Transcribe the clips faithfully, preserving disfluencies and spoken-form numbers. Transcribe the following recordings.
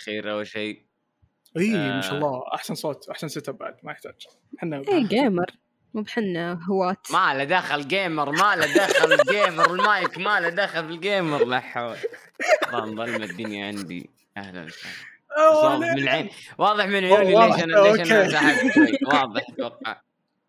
الاخير اول شيء اي آه. ما شاء الله احسن صوت احسن سيت اب بعد ما يحتاج احنا اي جيمر مو بحنا هوات ما له دخل جيمر ما له دخل جيمر المايك ما له دخل في الجيمر لا حول ظلمة الدنيا عندي اهلا وسهلا واضح من العين واضح من عيوني ليش انا ليش انا سحبت شوي واضح اتوقع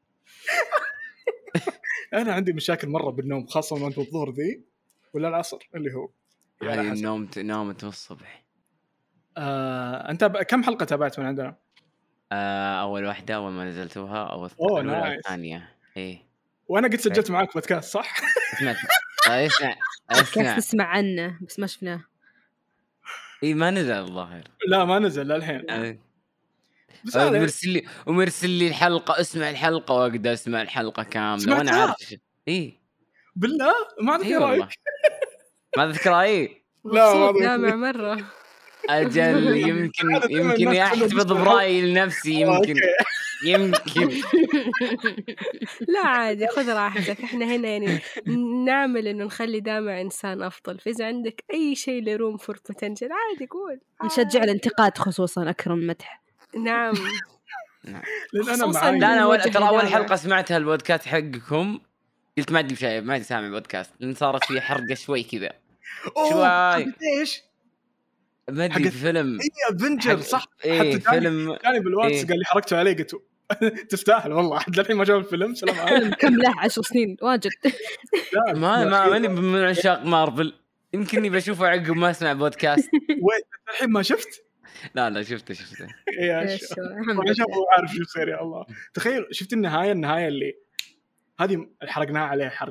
انا عندي مشاكل مره بالنوم خاصه وانت الظهر ذي ولا العصر اللي هو يعني النوم نومت الصبح. آه، انت كم حلقه تابعت من عندنا؟ آه، اول واحده اول ما نزلتوها او الثانيه ايه وانا قد سجلت معاك بودكاست صح؟ سمعت اسمع اسمع تسمع عنه بس ما شفناه. اي ما نزل الظاهر لا ما نزل للحين أه. ومرسل لي ومرسل لي الحلقه اسمع الحلقه واقدر اسمع الحلقه كامله وانا عارف ايه بالله ما اذكر رايك ما اذكر اي لا ما مره اجل يمكن يمكن احتفظ برايي لنفسي يمكن يمكن لا عادي خذ راحتك احنا هنا يعني نعمل انه نخلي دامع انسان افضل فاذا عندك اي شيء لروم فور بوتنشل عادي قول نشجع الانتقاد خصوصا اكرم مدح. نعم لان انا معي لا انا اول ترى اول حلقه سمعتها البودكاست حقكم قلت ما ادري شيء ما ادري سامع بودكاست لان صارت فيه حرقه شوي كذا شوي ايش ما ادري فيلم اي افنجر صح إيه حتى فيلم كان بالواتس إيه؟ قال لي حركته عليه قلت تستاهل والله حد الحين ما شاف الفيلم سلام عليكم كم له عشر سنين واجد ما ما ماني من عشاق مارفل يمكنني بشوفه عقب ما اسمع بودكاست وين الحين ما شفت لا لا شفته شفته يا شو انا شافه عارف شو يصير يا الله تخيل شفت النهايه النهايه اللي هذه حرقناها عليه حرق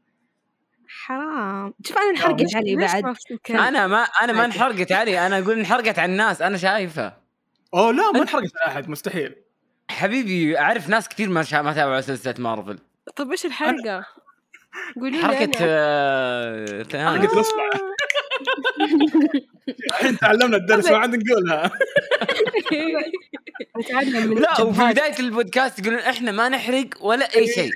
حرام شوف انا انحرقت علي بعد انا ما انا ما انحرقت علي انا اقول انحرقت على الناس انا شايفه اوه لا ما انحرقت على احد مستحيل حبيبي اعرف ناس كثير ما شا... ما تابعوا سلسله مارفل. طب ايش الحرقه قولوا لي حركه حركه الاصبع الحين تعلمنا الدرس ما عاد نقولها نتعلم من لا وفي بدايه البودكاست يقولون احنا ما نحرق ولا اي شيء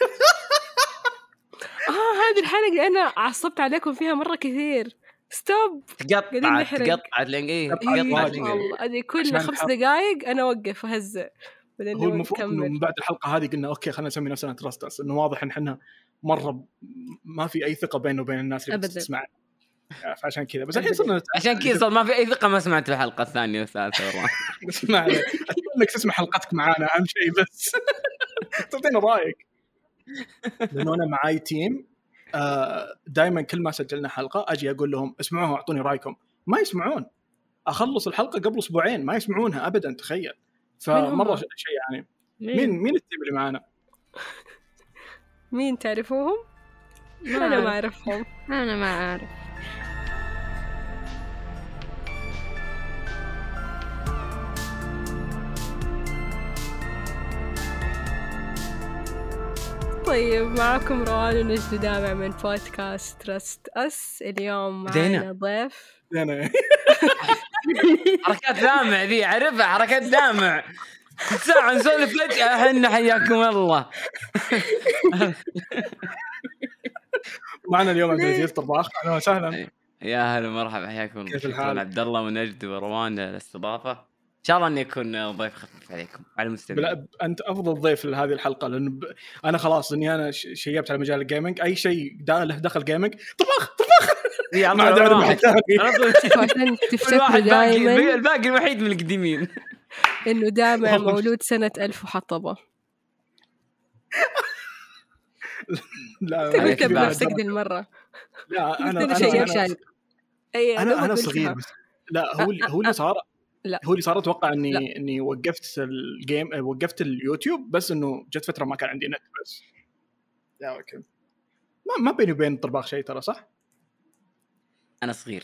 اه هذه الحلقه اللي انا عصبت عليكم فيها مره كثير ستوب تقطع تقطع ايه تقطع هذه كل خمس دقائق انا اوقف وهزع هو المفروض انه من بعد الحلقه هذه قلنا اوكي خلينا نسمي نفسنا تراستس انه واضح ان احنا مره ما في اي ثقه بينه وبين الناس اللي بتسمع فعشان كذا بس الحين صرنا عشان كذا صار ما في اي ثقه ما سمعت الحلقه الثانيه والثالثه والله اسمع انك تسمع حلقتك معانا اهم شيء بس تعطينا رايك لانه انا معاي تيم دائما كل ما سجلنا حلقه اجي اقول لهم اسمعوها واعطوني رايكم ما يسمعون اخلص الحلقه قبل اسبوعين ما يسمعونها ابدا تخيل فمره شيء يعني مين مين, مين التيم اللي معانا مين تعرفوهم ما انا ما اعرفهم انا ما اعرف طيب معكم روان ونجد دامع من بودكاست تراست أس. اليوم معنا ضيف حركات دامع ذي عرفها حركات دامع ساعة نسولف فجأة هن حياكم الله معنا اليوم عبد العزيز طباخ أهلا وسهلا يا هلا مرحبا حياكم الله عبد الله ونجد وروان الاستضافة إن شاء الله أن يكون ضيف خفيف عليكم على المستمعين. أنت أفضل ضيف لهذه الحلقة لأن ب... أنا خلاص إني أنا شيبت على مجال الجيمنج أي شيء له دخل جيمنج طبخ طبخ ما عاد أعرف واحد عشان تفتكر دائما الباقي الوحيد من القديمين إنه دامع مولود سنة ألف وحطبة. لا تقولت بنفسك دي المرة. لا أنا أنا أنا أنا, أنا صغير بس لا هو هو اللي صار لا. هو اللي صار اتوقع اني لا. اني وقفت الجيم وقفت اليوتيوب بس انه جت فتره ما كان عندي نت بس يا اوكي ما ما بيني وبين الطباخ شيء ترى صح انا صغير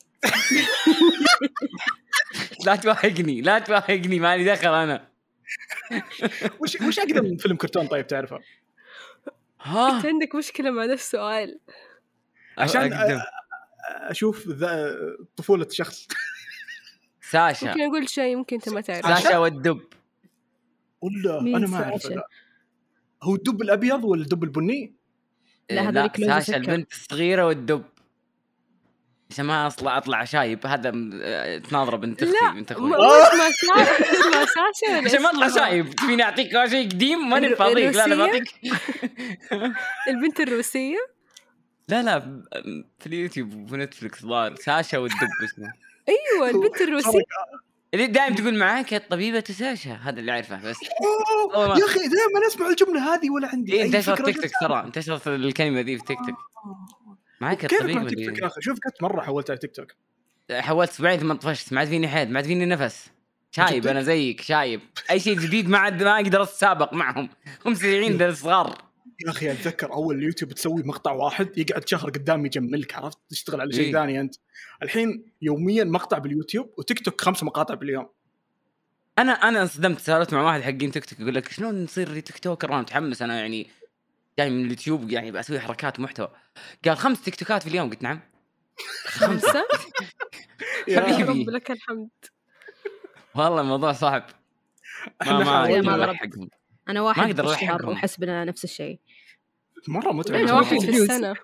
لا تواهقني لا تواهقني مالي دخل انا وش وش اقدم فيلم كرتون طيب تعرفه ها انت عندك مشكله مع نفس السؤال عشان أقدم. اشوف طفوله شخص ساشا ممكن أقول شيء يمكن أنت ما تعرف ساشا والدب ولا أنا ما أعرف هو الدب الأبيض ولا الدب البني لا, لا ساشا البنت الصغيرة والدب عشان ما اطلع اطلع شايب. هذا تناظر بنت اختي لا بنت م- اخوي مش ما ساشا ما ساشا ولا عشان ما اطلع اسمها شايب. تبيني اعطيك شيء قديم ماني الر- فاضيك. لا لا الروسية؟ بعطيك البنت الروسية. لا لا في اليوتيوب وفي نتفلكس ظاهر ساشا والدب اسمه. ايوه البنت الروسية اللي دائما تقول معاك الطبيبة ساشا. هذا اللي اعرفه بس. أوه، يا اخي دائما اسمع الجمله هذه ولا عندي إيه اي انتشرت فكره. تيك توك ترى انتشرت الكلمة ذي في تيك توك. معاك كيف الطبيبة مع تيك توك اللي يا اخي؟ شوف قد مره حولت على تيك توك. حولت اسبوعين ثم طفشت. ما عاد فيني حيل ما عاد فيني نفس. شايب انا زيك شايب. اي شيء جديد ما عاد ما اقدر اتسابق معهم. هم سريعين ذا الصغار. يا اخي اتذكر اول اليوتيوب تسوي مقطع واحد يقعد شهر قدامي يجملك، عرفت تشتغل على شيء إيه. ثاني انت. الحين يوميا مقطع باليوتيوب وتيك توك خمس مقاطع باليوم. انا انا انصدمت. سالت مع واحد حقين تيك توك يقول لك شلون نصير تيك توكر. انا متحمس انا يعني جاي من اليوتيوب يعني بسوي حركات محتوى. قال خمس تيك توكات في اليوم. قلت نعم خمسة. يا رب حبيبي لك الحمد. والله الموضوع صعب. ما احنا ما حاولنا ما اقدر ضرب. الحقهم. انا ما واحد في أقدر الشهر ألحقهم. وحسبنا نفس الشيء. مره متعب. أنا واحد في السنة.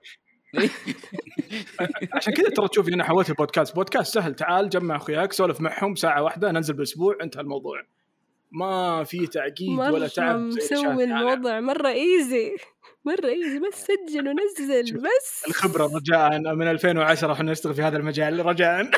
عشان كذا ترى تشوفي انا حولت البودكاست. بودكاست سهل، تعال جمع اخوياك سولف معهم ساعه واحده ننزل بالاسبوع انتهى الموضوع. ما في تعقيد ولا تعب. مسوي الموضوع مرة ايزي مرة ايزي. بس سجل ونزل بس. الخبره رجاء من ألفين وعشرة احنا نشتغل في هذا المجال رجاء.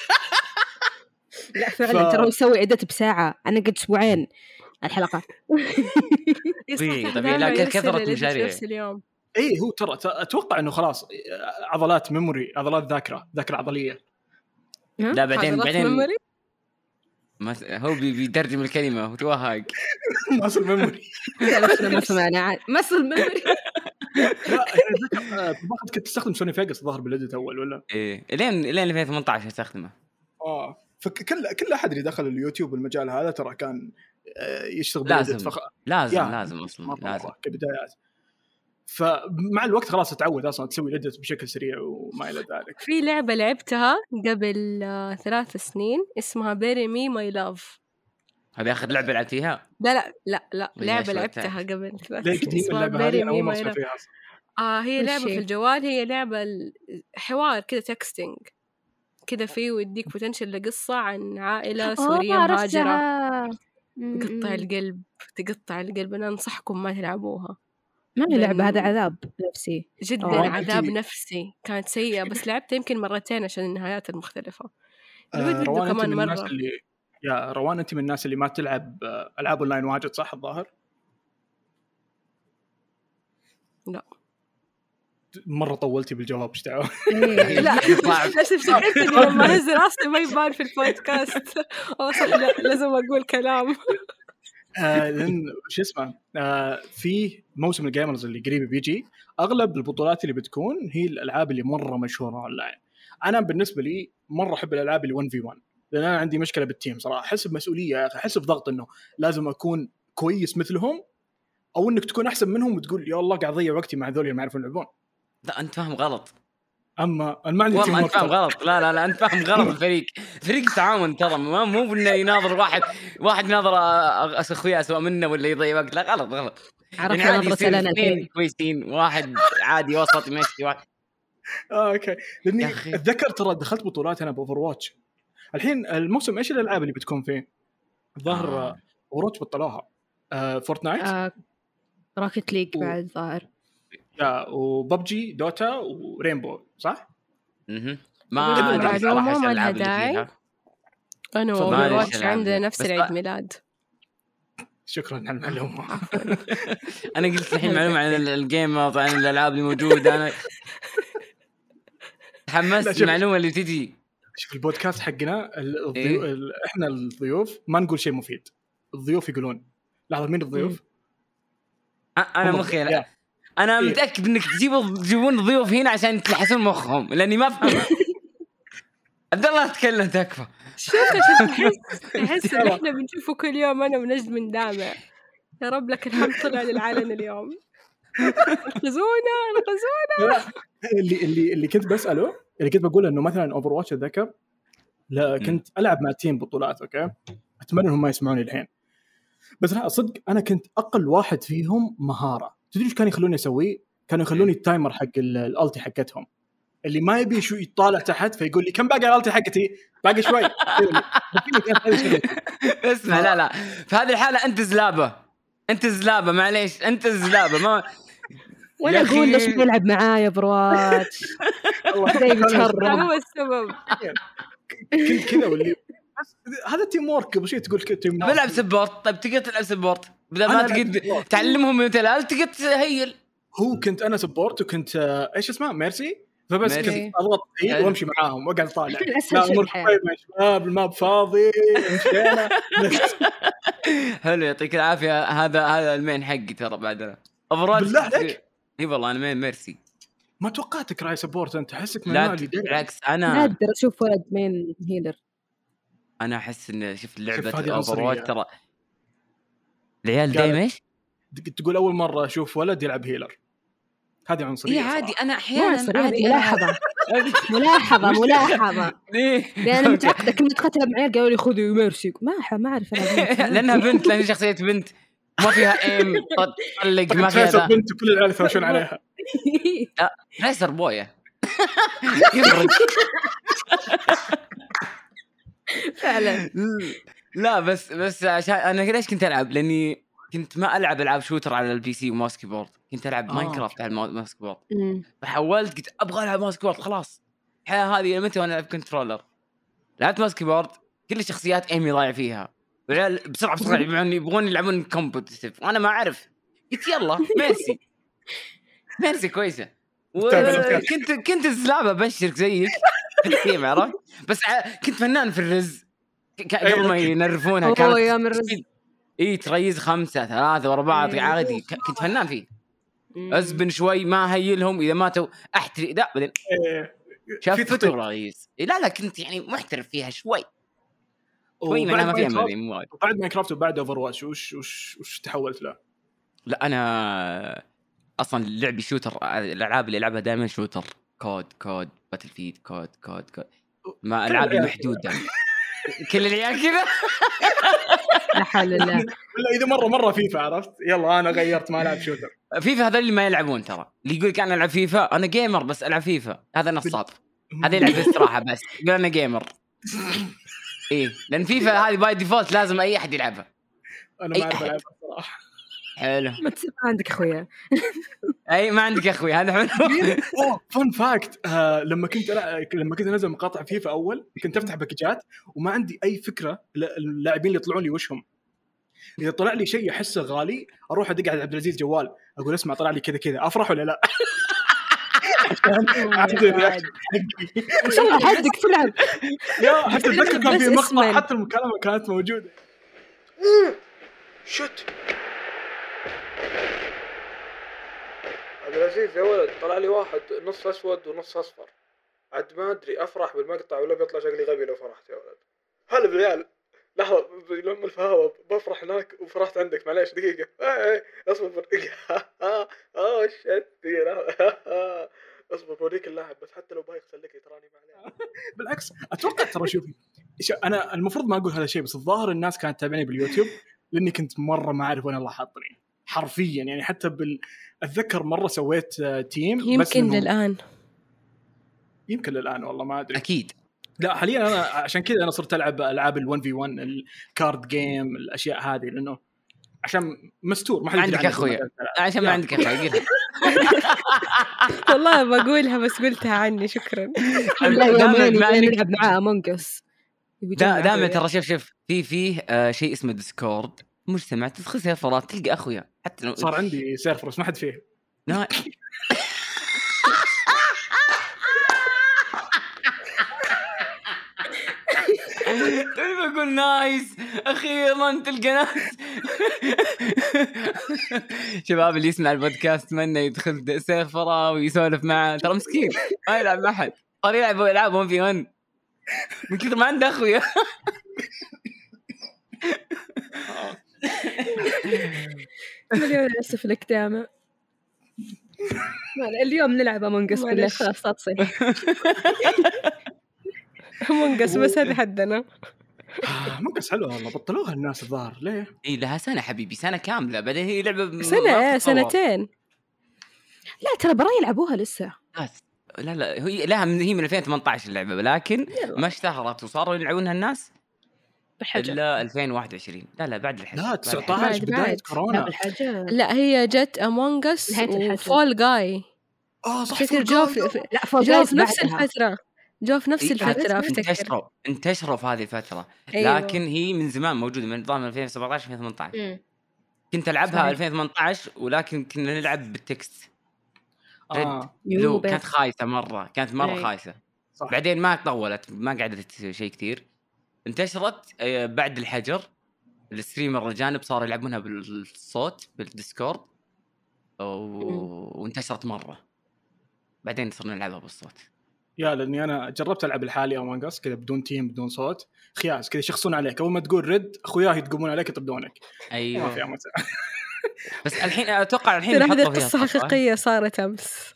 لا فعلا ف... ترى يسوي عدة بساعة. أنا قد أسبوعين الحلقة. طبيعي طبيعي. لا كثرت مشاريع. اي هو ترى اتوقع انه خلاص عضلات ميموري، عضلات ذاكره ذاكره عضليه. لا بعدين بعدين هو بيترجم الكلمه وتوهق. ماسل ميموري. ما سمعنا ماسل ميموري. لا يعني باخذ كنت تستخدم سوني فيجاس ظهر بالإديت اول ولا ايه لين لين ألفين وثمانية عشر استخدمه. اه فكل كل احد اللي دخل اليوتيوب المجال هذا ترى كان يشتغل لازم فخ... لازم لازم اصلا لازم كبدايات. فمع الوقت خلاص تتعود اصلا تسوي الإديت بشكل سريع وما الى ذلك. في لعبه لعبتها قبل ثلاث سنين اسمها بيري مي ماي لاف. هذه اخر لعبه لعبتيها؟ لا لا لا لا لعبه لعبتها قبل ثلاث سنين. ليه اللعبه هذه اول ما اسمع فيها؟ اه هي لعبه في الجوال. هي لعبه حوار كذا تكستينج كذا فيه ويديك بوتنشل لقصة عن عائلة سورية مهاجرة. تقطع القلب تقطع القلب. أنا أنصحكم ما تلعبوها. ما هي لعبة، هذا عذاب نفسي جدا. أوه. عذاب نفسي كانت سيئة بس لعبت يمكن مرتين عشان النهايات المختلفة. آه روان أنت من الناس اللي يا روان أنت من الناس اللي ما تلعب ألعاب أونلاين واجد صح الظاهر؟ لا مرة طولتي بالجواب ايش دعوة؟ لا لازم شكلتني لما هز راسي ما يبان في البودكاست. لا لازم أقول كلام. آه لأن شو اسمه آه في موسم الجيمرز اللي قريب بيجي أغلب البطولات اللي بتكون هي الألعاب اللي مرة مشهورة أونلاين. أنا بالنسبة لي مرة أحب الألعاب اللي واحد في واحد لأن أنا عندي مشكلة بالتيم صراحة. أحس بمسؤولية يا أخي، أحس بضغط إنه لازم أكون كويس مثلهم أو إنك تكون أحسن منهم وتقول يا الله قاعد أضيع وقتي مع ذول اللي ما يعرفون يلعبون. لا أنت فاهم غلط. أما أنا ما عندي والله أنت فاهم غلط. لا لا لا أنت فاهم غلط. الفريق فريق تعاون ترى مو مو إنه يناظر واحد واحد ناظر أخويا أسوأ منه ولا يضيع وقت. لا غلط غلط. عرفنا نظرة لنا اثنين كويسين واحد عادي وسط يمشي واحد. آه أوكي لأني أتذكر ترى دخلت بطولات أنا بأوفر واتش. الحين الموسم إيش الألعاب اللي بتكون فيه؟ ظهر آه. وروتش بطلوها آه فورتنايت آه. راكت ليج و... بعد ظاهر يا وببجي دوتا ورينبو صح؟ اها ما ادري صراحه ايش الالعاب اللي فيها. انا وروتش عندنا نفس العيد ميلاد. شكرا على المعلومه. انا قلت الحين معلومه عن الجيم عن الالعاب اللي موجوده. انا تحمست المعلومه اللي تجي. شوف البودكاست حقنا الضيوف إيه؟ احنا الضيوف ما نقول شيء مفيد. الضيوف يقولون لحظه مين الضيوف؟ انا مخي لا انا إيه؟ متاكد انك تجيبوا تجيبون ضيوف هنا عشان تلحسون مخهم لاني ما افهم. عبد الله تكلم تكفى. شوف عشان تحس تحس ان احنا بنشوفه كل يوم. انا ونجد من دامع يا رب لك الحمد طلع للعلن اليوم. انقذونا انقذونا. اللي اللي اللي كنت بساله اللي كنت بقول انه مثلا اوفر واتش اتذكر لا كنت العب مع تيم بطولات اوكي اتمنى انهم ما يسمعوني الحين بس لا صدق انا كنت اقل واحد فيهم مهاره. تدري ايش كانوا يخلوني اسوي؟ كانوا يخلوني التايمر حق الالتي حقتهم اللي ما يبي شو يطالع تحت فيقول لي كم باقي غلطي حقتي باقي شوي. اسمع لا لا في هذه الحالة أنت زلابة أنت زلابة معليش أنت زلابة ما وأنا أقول ليش بيلعب معايا برواتش الله زي بتهرب هو السبب كل كذا واللي هذا تيم وورك قبل شيء تقول كذا تيم وورك بلعب سبورت. طيب تقدر تلعب سبورت بدل ما تقدر تعلمهم من تلال تقدر تهيل. هو كنت أنا سبورت وكنت ايش اسمه ميرسي فبس كنت اضغط ايد وامشي معاهم واقعد طالع لا امور طيب يا شباب الماب فاضي مشينا. حلو يعطيك العافيه. هذا هذا المين حقي ترى بعدنا افراد بالله عليك. اي والله انا مين ميرسي. ما توقعتك راي سبورت انت احسك من لا بالعكس انا ما اقدر اشوف ولد مين هيلر. انا احس ان شفت لعبه اوفرواتش ترى العيال دايم ايش تقول اول مره اشوف ولد يلعب هيلر هذه عنصريه. اي عادي انا احيانا عادي ملاحظه ملاحظه ملاحظه لأن متعقده كنت قتلها معي قالوا لي خذي ميرسي ما ما اعرف انا لانها بنت لانها شخصيه بنت ما فيها ايم طلق ما فيها بنت كل العيال يثوشون عليها. لا ريسر بويا يفرق فعلا. لا بس بس عشان انا ليش كنت العب لاني كنت ما العب العاب شوتر على البي سي وماوس كيبورد كنت العب آه. ماينكرافت على الماوس كيبورد فحولت قلت ابغى العب ماوس كيبورد خلاص الحياه هذه متى وانا العب كنترولر. لعبت ماوس كيبورد كل الشخصيات ايمي ضايع فيها والعيال بسرعه بسرعه يبغون يبغون يلعبون كومبتيتيف وانا ما اعرف قلت يلا ميرسي ميرسي كويسه وكنت كنت زلابه بشرك زيك في عرفت بس كنت فنان في الرز قبل ما ينرفونها كانت يوم الرز اي تريز خمسة ثلاثة ورا بعض عادي كنت فنان فيه. أزبن شوي ما هيلهم إذا ماتوا أحتري لا بعدين شافته رئيس لا لا كنت يعني محترف فيها شوي شوي ما ما فيها مالي بعد ماينكرافت وبعد أوفرواتش وش وش وش تحولت له؟ لا أنا أصلا لعبي شوتر الألعاب اللي ألعبها دائما شوتر كود كود باتل فيد كود كود كود ما ألعابي محدودة كل العيال كذا لا حول الله. لا إذا مرة مرة فيفا عرفت يلا أنا غيرت ما ألعب شوتر. فيفا هذا اللي ما يلعبون ترى اللي يقولك أنا ألعب فيفا أنا جيمر بس ألعب فيفا هذا نصاب هذا يلعب استراحة بس يقول أنا جيمر. إيه لأن فيفا هذه باي ديفولت لازم أي أحد يلعبها. أنا ما أعرف ألعبها صراحة. حلو ما تسمع عندك أخويا. أي ما عندك أخوي هذا حلو. أوه فن فاكت آه لما كنت لما كنت أنزل مقاطع فيفا أول كنت أفتح باكجات وما عندي أي فكرة اللاعبين اللي يطلعون لي وشهم. إذا طلع لي شيء أحسه غالي أروح أدق على عبد العزيز جوال أقول اسمع طلع لي كذا كذا أفرح ولا لا؟ والله حدك تلعب يا حتى أتذكر كان في مقطع حتى المكالمة كانت موجودة. شت عبد العزيز يا ولد طلع لي واحد نص أسود ونص أصفر عد ما أدري أفرح بالمقطع ولا بيطلع شكلي غبي لو فرحت يا ولد. هلا بالعيال لحظة لما الفهوة بفرح هناك وفرحت عندك معليش دقيقة ايه اصبر اه اه شت دقيقة اصبر بوريك اللاعب بس حتى لو بايخ خليك تراني معليه. بالعكس اتوقع ترى شوفي انا المفروض ما اقول هذا الشيء بس الظاهر الناس كانت تتابعني باليوتيوب لاني كنت مرة ما اعرف وين الله حاطني حرفيا يعني حتى بال اتذكر مرة سويت تيم يمكن للآن يمكن للآن والله ما ادري اكيد لا حاليا انا عشان كذا انا صرت العب العاب ال1 في واحد الكارد جيم الاشياء هذه لانه عشان مستور ما حد عندك اخويا عشان ما عندك اخويا والله بقولها بس قلتها عني شكرا. دائما نلعب معاه امونجس دائما ترى شوف شوف في فيه آه شيء اسمه ديسكورد مجتمع تدخل سيرفرات تلقى اخويا حتى لو صار عندي سيرفر بس ما حد فيه لا تبي أقول نايس أخيراً تلقى ناس. شباب اللي يسمع البودكاست منه يدخل سيرفرة ويسولف معه ترى مسكين ما يلعب مع أحد صار يلعب يلعبهم في ون من كثر ما عنده أخويا. اليوم للأسف الاكتئاب اليوم نلعب أمونجس بالله خلاص تصيح أمونجس بس هذا حدنا. أمونجس حلوة والله بطلوها الناس الظاهر ليه؟ إيه لها سنة حبيبي سنة كاملة بعدين هي لعبة سنة سنتين لا ترى برا يلعبوها لسه ناس لا لا هي لها من هي من ألفين وثمانية عشر اللعبة، لكن ما اشتهرت وصاروا يلعبونها الناس بالحجر. إلا ألفين وواحد وعشرين. لا لا بعد الحجر. لا تسعة عشر بداية كورونا. لا هي جت أمونج أس وفول جاي. اه صح. فكر جو في لا فول جاي في نفس الفترة، جو في نفس الفترة افتكر. انتشروا انتشروا في هذه الفترة. أيوة. لكن هي من زمان موجودة من نظام ألفين وسبعة عشر ألفين وثمانية عشر. م. كنت ألعبها صحيح. ألفين وثمانية عشر ولكن كنا نلعب بالتكست. آه. بلو كانت خايسة مرة، كانت مرة أي. خايسة. صح. بعدين ما طولت، ما قعدت شيء كتير. انتشرت بعد الحجر، الستريمر الجانب صار يلعبونها بالصوت بالديسكورد و... وانتشرت مرة. بعدين صرنا نلعبها بالصوت. يا لاني انا جربت العب الحالي او مانجاس كذا بدون تيم بدون صوت، خياس كذا يشخصون عليك اول ما تقول رد اخوياه يتقومون عليك يطردونك. ايوه ما في امل. بس الحين اتوقع الحين هذه قصه حقيقيه صارت امس.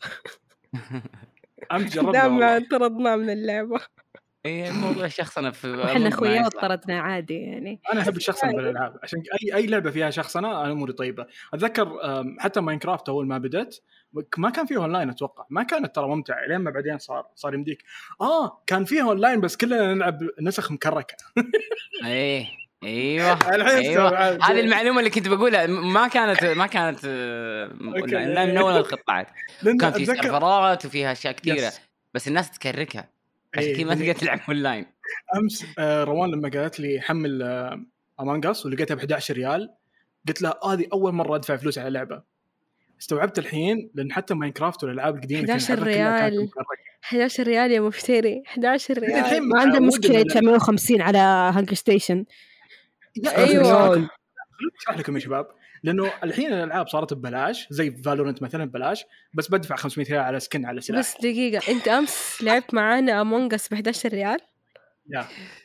امس جربنا طردنا من اللعبه. اي موضوع شخصنا في احنا اخويا طردنا عادي يعني. انا احب الشخصنه بالالعاب عشان اي اي لعبه فيها شخصنه انا اموري طيبه. اتذكر حتى ماينكرافت اول ما بدت ما كان فيه اونلاين، اتوقع ما كانت ترى ممتع لين ما بعدين صار صار يمديك اه كان فيه اونلاين بس كلنا نلعب نسخ مكركه. ايه ايوه ايوه هذه المعلومه اللي كنت بقولها. ما كانت ما كانت اونلاين من اول القطعات، كان في سيرفرات وفيها اشياء كثيره بس الناس تكركها عشان كذا ما تقدر تلعب اونلاين. امس آه روان لما قالت لي حمل آه امانج اس ولقيتها ب إحدى عشر ريال قلت لها هذه آه اول مره ادفع فلوس على لعبه. استوعبت الحين لان حتى ماينكرافت والالعاب القديمه إحدى عشر ريال إحدى عشر ريال يا مفتري. إحدى عشر ريال ما عنده مشكله يدفع مئة وخمسين على هانجر ستيشن. ايوه اشرح لكم يا شباب لانه الحين الالعاب صارت ببلاش زي فالورنت مثلا ببلاش بس بدفع خمسمية ريال على سكن على سلاح. بس دقيقه انت امس لعبت معانا امونج اس ب إحدى عشر ريال؟ لا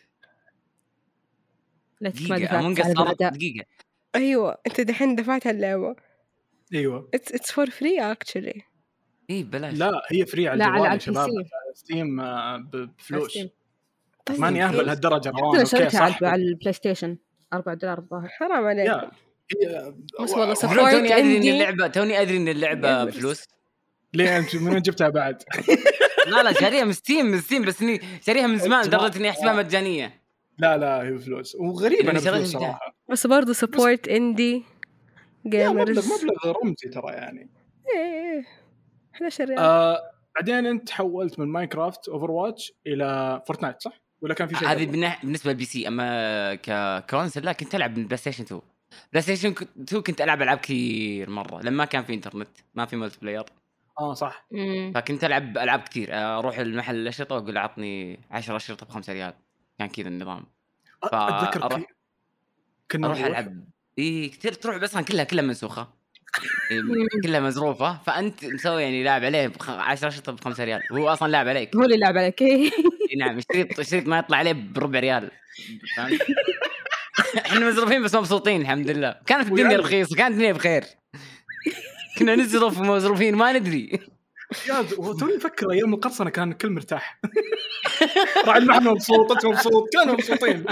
لا دقيقه امونج اس دقيقه. ايوه انت دحين دفعت اللعبه. ايوه اتس اتس فور فري اكشلي. ايه بلاش. لا هي فري على الجوال يا شباب. ستيم بفلوس. طيب ماني اهبل هالدرجه روان. اوكي صح على البلاي ستيشن أربعة دولار الظاهر. حرام عليك. بس والله توني ادري ان اللعبه توني ادري ان اللعبه بفلوس. ليه انت من جبتها بعد؟ لا لا شاريها من ستيم من ستيم بس اني شاريها من زمان لدرجه اني احسبها مجانيه. لا لا هي بفلوس وغريبه انا بفلوس صراحه. بس برضه سبورت اندي جيمرز مبلغ رمزي ترى يعني. ايه إحدى عشر ريال. آه بعدين انت تحولت من ماينكرافت اوفر واتش الى فورتنايت صح ولا كان في شيء؟ هذه بالنسبه للبي سي. اما ككونسول لا كنت العب من بلاي ستيشن تو. بلاي ستيشن تو كنت العب العاب كثير مره لما كان في انترنت ما في ملتي بلاير. اه صح. فكنت العب العاب كثير اروح المحل الاشرطه واقول اعطني عشرة اشرطه بخمسة ريال. كان كذا النظام. اتذكر أروح... كنا اروح العب اي كثير تروح بس كلها كلها منسوخه كلها مزروفه فانت مسوي يعني لاعب عليه عشرة اشرطه بخمسة ريال وهو اصلا لاعب عليك. هو اللي لاعب عليك. اي نعم الشريط الشريط ما يطلع عليه بربع ريال. فهمت؟ احنا مزروفين بس مبسوطين الحمد لله. كانت الدنيا رخيصه كانت الدنيا بخير. كنا نزرف ومزروفين ما ندري. يا توني نفكر ايام القرصنه كان الكل مرتاح. راعي المحل مبسوط انت مبسوط كانوا مبسوطين.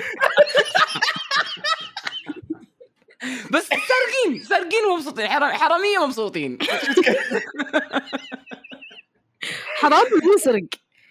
بس سارقين سارقين ومبسوطين. حرام حراميه مبسوطين. حرام يسرق.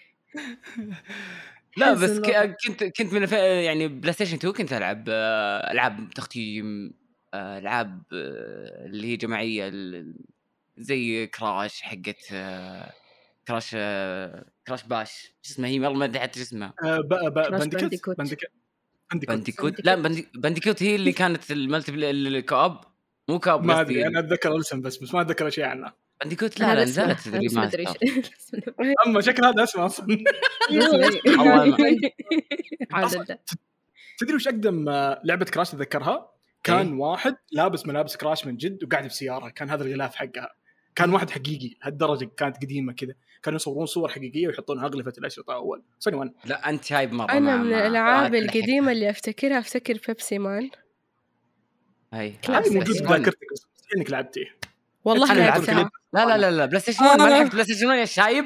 لا بس كنت كنت من يعني بلاي ستيشن تو كنت العب العاب تختيم العاب اللي هي جماعيه زي كراش حقت كراش كراش باش اسمها هي والله ما ادري حتى اسمها. بانديكوت بانديكوت لا بانديكوت هي اللي كانت الملتي الكوب مو كوب. ما ادري انا اتذكر الاسم بس بس ما اتذكر شيء عنه. بانديكوت لا لا نزلت ما اما شكل هذا اسمه اصلا. تدري وش اقدم لعبه كراش تذكرها؟ كان واحد لابس ملابس كراش من جد وقاعد في سياره. كان هذا الغلاف حقها كان واحد حقيقي هالدرجه كانت قديمه كذا. كانوا يصورون صور حقيقيه ويحطونها اغلفه الاشرطه اول سنه وان. لا انت شايب مره. انا من الالعاب القديمه اللي افتكرها افتكر بيبسي مان. هاي موجود ذاكرتك انك لعبتيه والله لعبتها. لا لا لا لا بلاي ستيشن واحد ما لعبت بلاي ستيشن واحد يا شايب.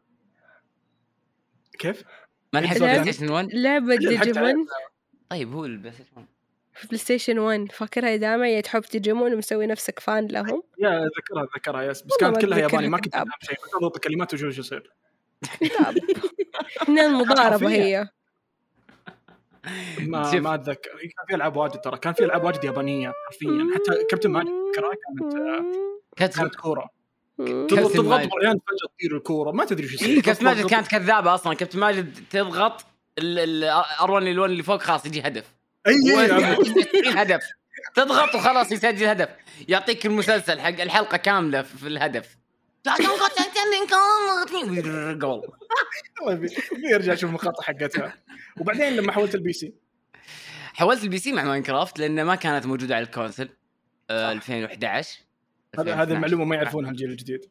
كيف ما لعبت بلاي ستيشن واحد لعبه ديجيمون. طيب هو البلاي ستيشن في بلاي ستيشن واحد فاكرها دائما تحب ديجيمون ومسوي نفسك فان لهم. يا ذكرها ذكرها يس بس كانت كلها ياباني ما كنت فاهم شيء. بس اضغط الكلمات وشو شو يصير. هنا المضاربة هي ما ما اتذكر كان في العاب واجد ترى كان في العاب واجد يابانيه حرفيا حتى كابتن ماجد كرا كانت كانت كوره تضغط تضغط بعدين فجاه تطير الكوره ما تدري ايش يصير. كابتن ماجد كانت كذابه اصلا. كابتن ماجد تضغط الارون اللون اللي فوق خلاص يجي هدف. اي هدف تضغط وخلاص يسجل هدف. يعطيك المسلسل حق الحلقه كامله في الهدف. والله بيرجع شوف المقاطع حقتها. وبعدين لما حولت البي سي حولت البي سي مع ماينكرافت لأنه ما كانت موجودة على الكونسل آه ألفين وإحدى عشر. هذا هذه المعلومة ما يعرفونها الجيل الجديد.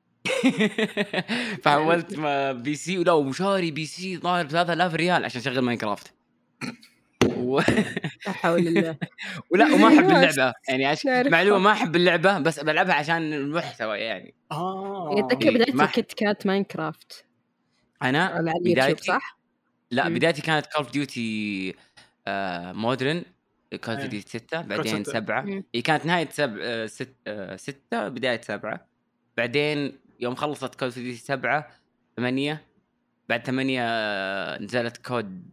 فحولت بي سي ولا ومشاري بي سي ظاهر ثلاثة آلاف ريال عشان شغل ماينكرافت. و... حول الله. ولا وما أحب اللعبة يعني عش... معلومة ما أحب اللعبة بس بلعبها عشان المحتوى يعني. آه. يتذكر بدايتك كنت كانت ماينكرافت. أنا بدايتي صح؟ لا بدايتي كانت كول اوف ديوتي مودرن كول اوف ديوتي ستة بعدين سبعة. هي كانت نهاية سبعة ستة ستة بداية سبعة. بعدين يوم خلصت كول اوف ديوتي سبعة ثمانية بعد ثمانية نزلت كود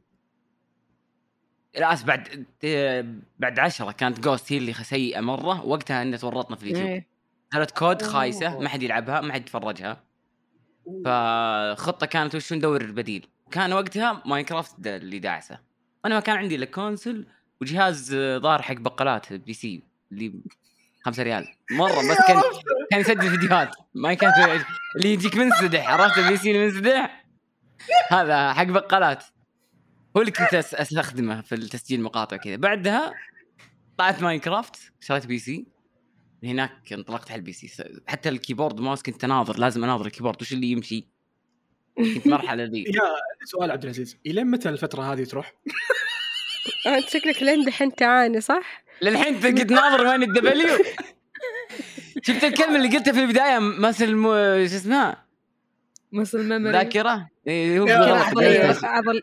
لا بعد بعد عشرة كانت جوست هي اللي سيئة مرة. وقتها إن تورطنا في اليوتيوب نزلت كود خايسة ما حد يلعبها ما حد يتفرجها. فخطة كانت وش ندور البديل. كان وقتها ماينكرافت اللي داعسه. انا ما كان عندي الا كونسول وجهاز ظاهر حق بقالات بي سي اللي خمسة ريال مره بس كان كان يسجل فيديوهات ما كان اللي يجيك منسدح. عرفت البي سي المنسدح هذا حق بقالات هو اللي كنت استخدمه في التسجيل مقاطع كذا. بعدها طلعت ماينكرافت شريت بي سي. هناك انطلقت على البي سي. حتى الكيبورد ماوس كنت اناظر لازم اناظر الكيبورد وش اللي يمشي. كنت مرحلة دي. يا سؤال عبد العزيز إلى متى الفترة هذه تروح؟ أنت شكلك لين دحين تعاني صح؟ للحين تقعد ناظر وين الدبليو. شفت الكلمة اللي قلتها في البداية مثل م... شو اسمها؟ مثل ميموري. ذاكرة. إيه هو عضلية. عضل.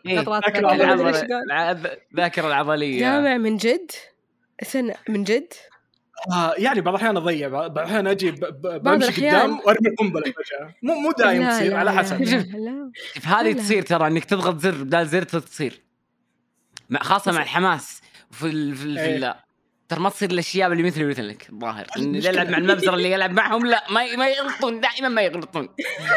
ذاكرة العضلية. جامع من جد؟ سنة من جد؟ آه يعني بعض الأحيان أضيع بعض الأحيان أجي بمشي قدام وأرمي قنبلة فجأة. مو مو دايم تصير على حسب. شوف هذه تصير ترى إنك تضغط زر بدال زر تصير. خاصة مع الحماس في ال في, ال في لا ترى ما تصير الأشياء اللي مثل مثل لك ظاهر. اللي يلعب مع المبزر اللي يلعب معهم لا ما ما يغلطون دائما ما يغلطون.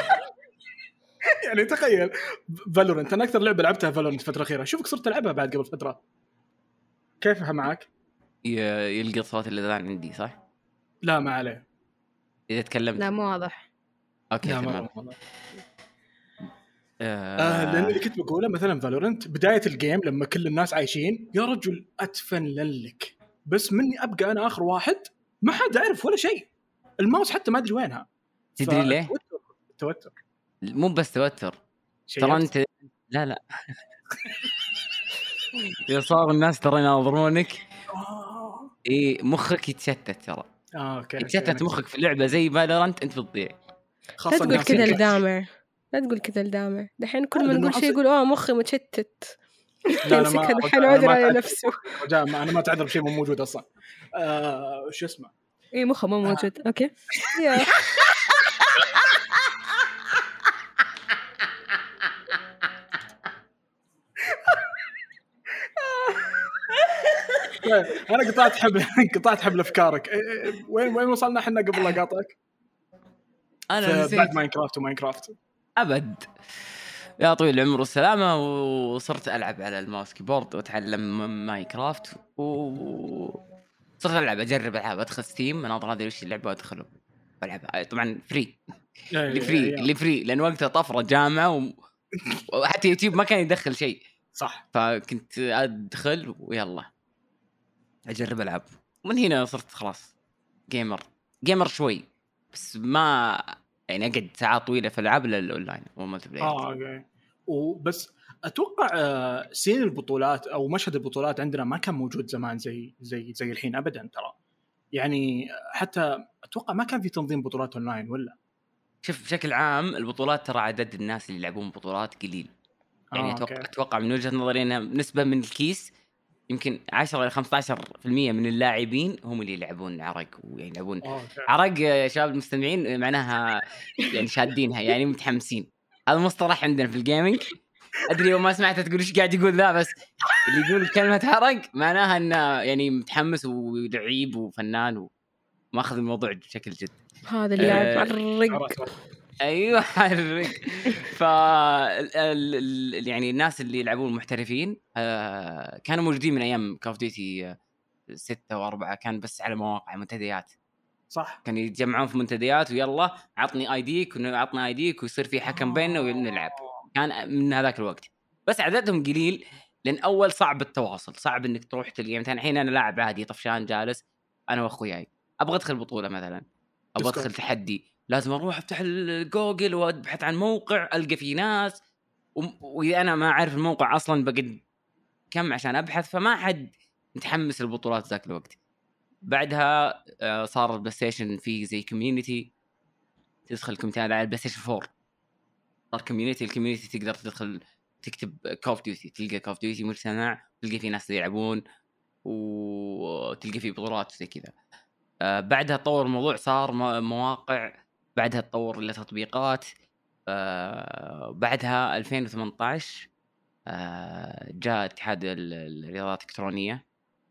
يعني تخيل فالورنت أنا أكثر لعبة لعبتها فالورنت فترة أخيرة. شوفك صرت تلعبها بعد قبل فترة. كيفها معك؟ يلقى صوت الأذان عندي صح؟ لا ما عليه. إذا تكلمت لا مو واضح. أوكي تمام. آه لأن اللي كنت بقوله مثلا فالورنت بداية الجيم لما كل الناس عايشين يا رجل أتفنن لك بس مني أبقى أنا آخر واحد ما حد عارف ولا شيء. الماوس حتى ما أدري وينها. تدري ليه؟ توتر. مو بس توتر ترى أنت لا لا يا صار الناس ترى يناظرونك إيه مخك يتشتت ترى. آه أوكي. يتشتت مخك في اللعبة زي فالورنت أنت بتضيع. لا تقول كذا لدامر لا تقول كذا لدامر دحين كل ما نقول شيء يقول أوه مخي متشتت. لا لا ما دحين عذر على نفسه. أنا ما تعذر بشيء مو موجود أصلا. آه شو اسمه إيه مخه مو موجود. آه. أوكي. أنا قطعت حبل قطعت حبل أفكارك. وين وين وصلنا إحنا قبل لا قاطعك؟ أنا بعد ماينكرافت وماينكرافت أبد يا طويل العمر والسلامة. وصرت ألعب على الماوس كيبورد وأتعلم ماينكرافت وصرت ألعب أجرب ألعب أدخل ستيم أناظر هذه وش اللعبة وأدخله ألعب طبعا فري اللي فري اللي فري لأن وقتها طفرة جامعة و... وحتى يوتيوب ما كان يدخل شيء صح. فكنت أدخل ويلا أجرب ألعب. ومن هنا صرت خلاص جيمر جيمر شوي بس ما يعني أقعد ساعات طويلة في الألعاب الأونلاين والملتي بلاير. آه أوكي. وبس أتوقع سين البطولات أو مشهد البطولات عندنا ما كان موجود زمان زي زي زي الحين أبدا ترى. يعني حتى أتوقع ما كان في تنظيم بطولات أونلاين ولا. شوف بشكل عام البطولات ترى عدد الناس اللي يلعبون بطولات قليل. يعني آه أتوقع أوكي. أتوقع من وجهة نظري أنها نسبة من الكيس يمكن عشرة إلى خمسة عشر في المية من اللاعبين هم اللي يلعبون عرق ويعني يلعبون آه عرق. شباب المستمعين معناها يعني شادينها يعني متحمسين هذا مصطلح عندنا في الجيمنج. ادري وما سمعت تقول ايش قاعد يقول ذا، بس اللي يقول كلمه حرق معناها انه يعني متحمس ولعيب وفنان وماخذ الموضوع بشكل جد. هذا اللعب حرق. ايوه حرق. ف يعني الناس اللي يلعبون محترفين كانوا موجودين من ايام كاف ديوتي ستة وأربعة، كان بس على مواقع منتديات. صح، كانوا يتجمعون في منتديات ويلا عطني ايديك وعطنا ايديك ويصير في حكم بيننا ونلعب. كان من هذاك الوقت، بس عددهم قليل لان اول صعب التواصل، صعب انك تروح تلقى. مثلا الحين انا لاعب عادي طفشان جالس انا واخوياي، ابغى ادخل بطوله مثلا، ابغى ادخل تحدي، لازم اروح افتح الجوجل وابحث عن موقع القى فيه ناس، واذا انا ما اعرف الموقع اصلا بقد كم عشان ابحث، فما حد متحمس للبطولات ذاك الوقت. بعدها صار البلاي ستيشن فيه زي كوميونتي، تدخل كوميونتي على البلاي ستيشن فور، صار كوميونتي. الكوميونتي تقدر تدخل تكتب كوف ديوتي، تلقى كوف ديوتي مجتمع، تلقى فيه ناس يلعبون وتلقى فيه بطولات زي كذا. آه بعدها تطور الموضوع، صار مواقع، بعدها تطور إلى تطبيقات. آه بعدها ألفين وثمانية عشر آه جاء اتحاد الرياضات الإلكترونية،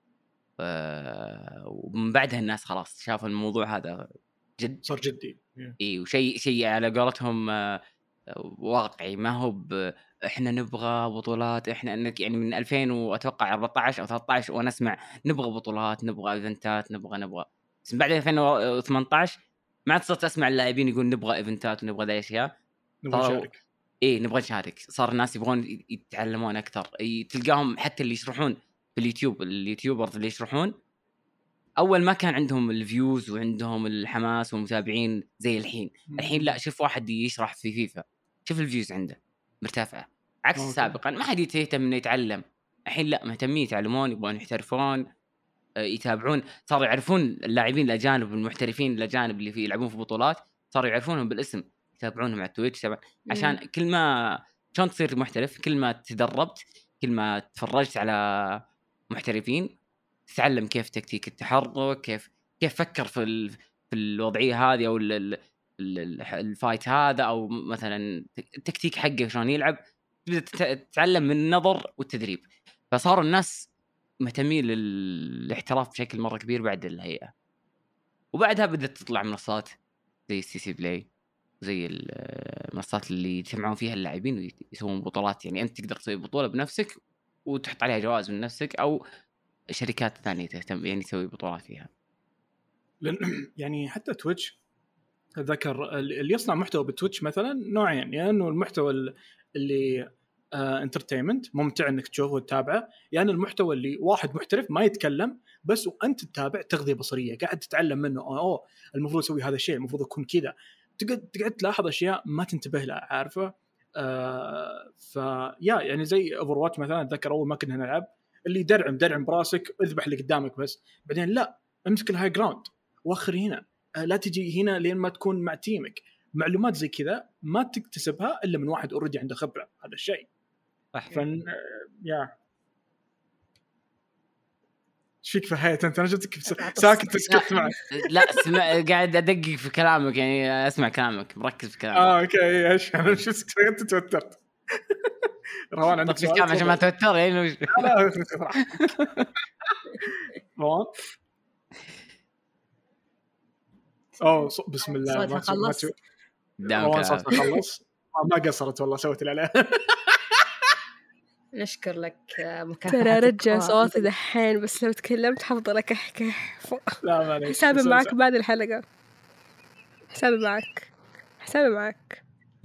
آه ومن بعدها الناس خلاص شافوا الموضوع هذا جد، صار جدي. إيه، وشيء شيء على قولتهم آه واقعي، ما هو احنا نبغى بطولات. احنا انك يعني من ألفين واتوقع أربعة عشر او ثلاثة عشر وانا اسمع نبغى بطولات، نبغى ايفنتات، نبغى نبغى بس بعد ألفين وثمانية عشر ما عاد صرت اسمع اللاعبين يقول نبغى ايفنتات ونبغى ذي اشياء، نبغى نشارك. ايه نبغى نشارك. صار الناس يبغون يتعلمون اكثر، تلقاهم حتى اللي يشرحون في اليوتيوب، اليوتيوبرز اللي يشرحون اول ما كان عندهم الفيوز وعندهم الحماس والمتابعين زي الحين. الحين لا، شوف واحد يشرح في فيفا شوف الفيوز عنده مرتفعه، عكس أوكي. سابقا ما حد يهتم انه يتعلم، الحين لا، مهتمين يتعلمون، يبغون يحترفون، يتابعون، صاروا يعرفون اللاعبين الاجانب المحترفين الاجانب اللي في يلعبون في بطولات، صاروا يعرفونهم بالاسم، يتابعونهم على تويتش عشان كل ما شلون تصير محترف، كل ما تدربت، كل ما تفرجت على محترفين، تتعلم كيف تكتيك التحرك، كيف كيف فكر في ال... في الوضعيه هذه او ال... ال... ال... الفايت هذا، او مثلا التكتيك حقه شلون يلعب، تبدا تتعلم من النظر والتدريب. فصاروا الناس مهتمين للاحتراف بشكل مره كبير بعد الهيئه. وبعدها بدات تطلع منصات زي سي سي بلاي، زي المنصات اللي يجمعون فيها اللاعبين ويسوون بطولات. يعني انت تقدر تسوي بطوله بنفسك وتحط عليها جوائز من نفسك، او شركات ثانيه تهتم يعني تسوي بطولات فيها. يعني حتى تويتش ذكر اللي يصنع محتوى بتويتش مثلا نوعين، يعني انه المحتوى اللي انترتينمنت آه ممتع انك تشوفه وتتابعه، يعني المحتوى اللي واحد محترف ما يتكلم بس وانت تتابع تغذيه بصريه، قاعد تتعلم منه، اوه المفروض اسوي هذا الشيء، المفروض اكون كذا، تقعد تقعد تلاحظ اشياء ما تنتبه لها، عارفه. آه فيا يعني زي اوفرواتش مثلا، اتذكر اول ما كنا نلعب اللي درعم درعم براسك، اذبح اللي قدامك بس، بعدين لا، امسك الهاي جراوند واخر هنا، آه لا تجي هنا لين ما تكون مع تيمك. معلومات زي كذا ما تكتسبها الا من واحد اوريدي عنده خبره هذا الشيء. صح. فن يا ايش فيك فهيت انت؟ انا جبتك ساكت تسكت معك. لا اسمع، قاعد ادقق في كلامك، يعني اسمع كلامك، مركز في كلامك. اه اوكي ايش انا شو انت توترت؟ روان عندك سؤال عشان ما توتر يعني. لا روان اوه بسم الله ما خلص روان صوتها خلص، ما قصرت والله، سويت اللي عليها. نشكر لك مكافأة. ترى رجع صوتي دحين، بس لو تكلمت حفضل أكحكح. لا معليش، حسابي معك بعد الحلقة، حسابي معك، حسابي معك.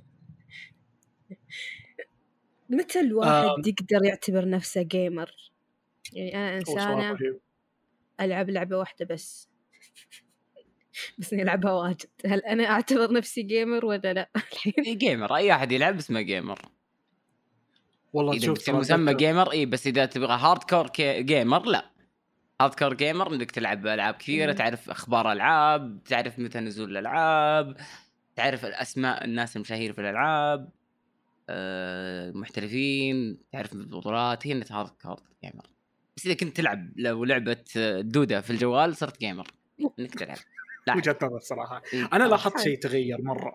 متى الواحد آه. يقدر يعتبر نفسه جيمر؟ يعني أنا إنسانة ألعب لعبة واحدة بس بس نلعبها واجد، هل أنا أعتبر نفسي جيمر ولا لا؟ جيمر أي أحد يلعب اسمه جيمر والله. شوف مسمى جيمر إيه، بس إذا تبغى هاردكور جيمر لا، هاردكور جيمر إنك تلعب ألعاب كثيرة، تعرف أخبار ألعاب، تعرف متى نزول الألعاب، تعرف الأسماء الناس المشاهير في الألعاب، أه محترفين، تعرف البطولات، هي إنك هاردكور جيمر. بس إذا كنت تلعب لو لعبة دودة في الجوال صرت جيمر إنك تلعب. وجهة نظر صراحة. أنا لاحظت شيء تغير مرة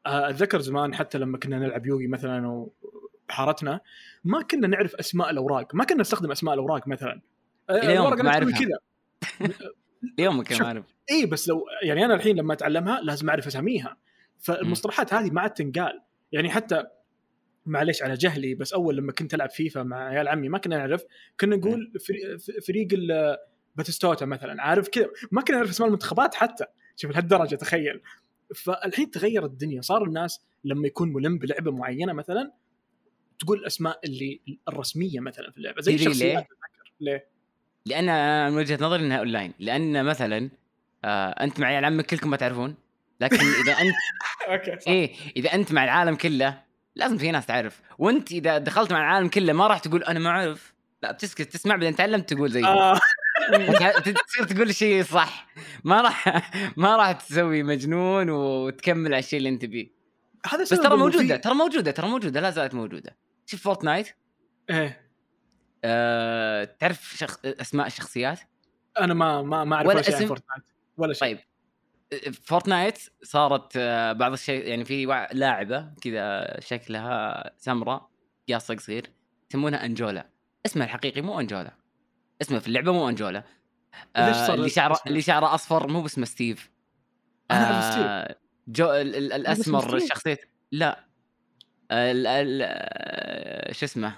اتذكر زمان حتى لما كنا نلعب يوغي مثلا وحارتنا ما كنا نعرف اسماء الاوراق، ما كنا نستخدم اسماء الاوراق مثلا. اليوم ما اعرفها كذا اليوم كم اعرف. اي بس لو يعني انا الحين لما اتعلمها لازم اعرف اساميها، فالمصطلحات هذه ما عاد تنقال. يعني حتى معليش على جهلي، بس اول لما كنت العب فيفا مع عيال عمي ما كنا نعرف، كنا نقول فريق باتيستوتا مثلا، عارف كذا، ما كنا نعرف اسماء المنتخبات حتى. شوف لهالدرجه تخيل. فالحين تغيرت الدنيا، صار الناس لما يكون ملم بلعبه معينه مثلا تقول الاسماء اللي الرسميه مثلا في اللعبه زي الشخصيات. ليه؟ لان من وجهه نظري انها اونلاين، لان مثلا آه انت مع عيال عمك كلكم ما تعرفون، لكن اذا انت اوكي صح. ايه اذا انت مع العالم كله لازم في ناس تعرف، وانت اذا دخلت مع العالم كله ما راح تقول انا ما اعرف، لا بتسكت تسمع بعدين تعلم تقول زي آه. تصير تقول شيء صح، ما راح ما راح تسوي مجنون وتكمل على الشيء اللي انت بيه. هذا بس ترى موجوده ترى موجوده ترى موجوده لا زالت موجوده. شوف فورتنايت ايه أه... تعرف شخ... اسماء الشخصيات؟ انا ما ما ما اعرف ولا شيء عن فورتنايت ولا شيء. طيب فورتنايت صارت بعض الشيء، يعني في لاعبه كذا شكلها سمراء قاصه قصير يسمونها انجولا، اسمها الحقيقي مو انجولا، اسمها في اللعبه مو انجولا. آه اللي شعره اللي شعره اصفر مو باسمه ستيف. آه جو ال ال الاسمر الشخصيه لا ال ال شو اسمه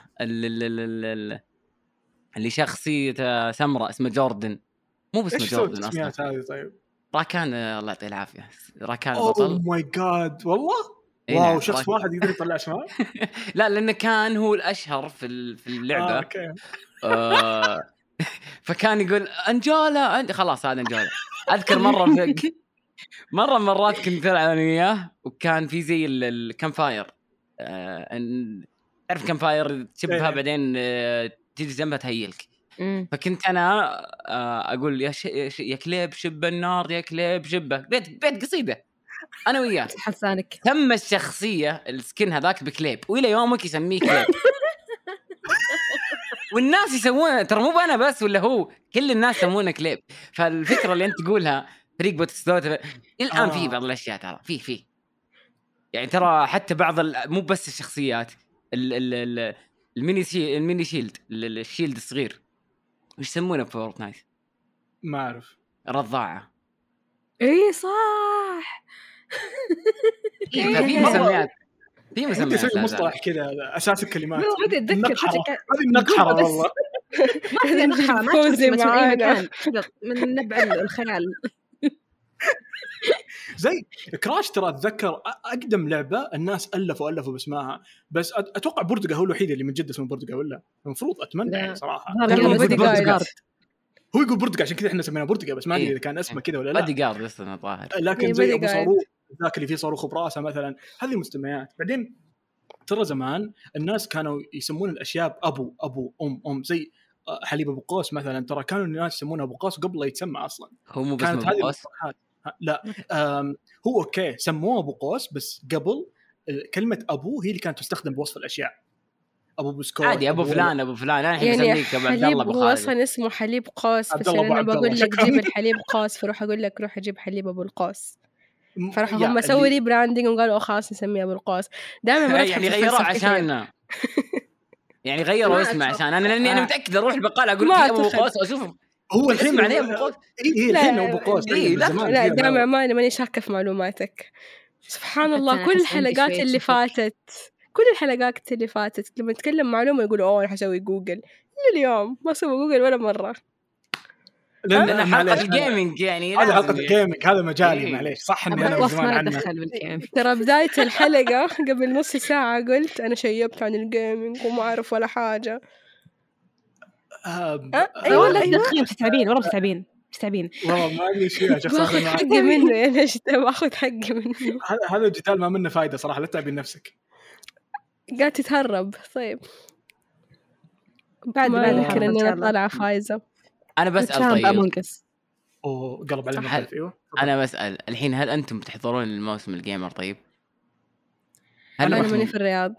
اللي شخصيته سمراء اسمه جوردن، مو باسمه جوردن اصلا. طيب راكان الله يعطيه العافيه، راكان بطل. اوه ماي جاد والله إيه واو نعم. شخص راكان. واحد يقدر يطلع اسماء لا لانه كان هو الاشهر في في اللعبه. آه، أوكي. آه فكان يقول انجولا أنت خلاص هذا انجولا. اذكر مره في مره مرات كنت العب انا وياه وكان في زي الكام فاير، آه تعرف كام فاير تشبها بعدين آه تيجي جنبها تهيلك. فكنت انا آه اقول يا ش... يا كليب شب النار يا كليب شبه بيت بيت قصيده انا وياه حسانك. تم الشخصيه السكن هذاك بكليب والى يومك يسميه كليب. والناس يسوونه ترى مو انا بس ولا هو كل الناس يسمونه كليب. فالفكره اللي انت تقولها فريق باتيستوتا الان آه. في بعض الاشياء ترى في في يعني ترى حتى بعض مو بس الشخصيات ال ال ال الميني شي الميني شيلد الشيلد الصغير وش يسمونه في فورتنايت ما اعرف. رضاعه. اي صح. في مسميات في مسميات تسوي مصطلح كذا اساس الكلمات. ما اتذكر هذه النقحره والله. ما هي نقحره ما تفوزي معانا من نبع الخيال. زي كراش ترى اتذكر اقدم لعبه الناس الفوا الفوا باسمها، بس اتوقع بورتقا هو الوحيد اللي من جد اسمه بورتقا ولا المفروض اتمنى يعني صراحه. هو يقول بورتقا عشان كذا احنا سميناه بورتقا، بس ما ادري اذا كان اسمه كذا ولا لا. بدي جارد اصلا ظاهر. لكن زي ابو صاروخ ذاك اللي فيه صاروخ براسه مثلا، هذه مستمعات. بعدين ترى زمان الناس كانوا يسمون الاشياء ابو ابو ام ام زي حليب ابو قوس مثلا، ترى كانوا الناس يسمونه ابو قوس قبل لا يتسمى اصلا. هو مو باسمه ابو قوس لا هو اوكي سموه ابو قوس، بس قبل كلمه ابو هي اللي كانت تستخدم بوصف الاشياء. ابو بسكوت عادي ابو فلان ابو فلان انا الحين يعني اسميك ابو عبد الله ابو خالد. هو اصلا اسمه حليب قوس، بس انا بقول لك جيب الحليب قوس فروح اقول لك روح اجيب حليب ابو القوس، فراح هم سووا لي براندنج وقالوا خلاص نسميه ابو القوس. دائما يعني غيروا عشاننا يعني غيروا اسمه عشان انا لاني انا متاكد اروح البقاله اقول لك ابو قوس واشوف هو الحين معناه ابو قوس. اي الحين ابو قوس. إيه لا لا دائما ماني ماني شاكه في معلوماتك. سبحان الله كل الحلقات اللي فاتت كل الحلقات اللي فاتت لما نتكلم معلومه يقولوا اوه انا حسوي جوجل، اليوم ما سووا جوجل ولا مره. لأن حلقة الجيمينج يعني هذا حلقة الجيمينج هذا مجالي معليش صح إني أنا زمان عنه. ترى بداية الحلقة قبل نص ساعة قلت أنا شيبت عن الجيمينج وما أعرف ولا حاجة. أيوة ولا تدخين تتعبين والله تتعبين تتعبين والله ما أدري شيء عشان باخذ حقي منه يا ليش باخذ حقي منه. هذا الجدال ما منه فايدة صراحة، لا تتعبين نفسك. قاعد تتهرب. طيب بعد ما أذكر إني أنا طالعة فايزة. أنا بسأل طيب أوه قلب على المحل فيه. أنا بسأل الحين هل أنتم بتحضرون الموسم الجيمر؟ طيب هل أنا ماني في الرياض؟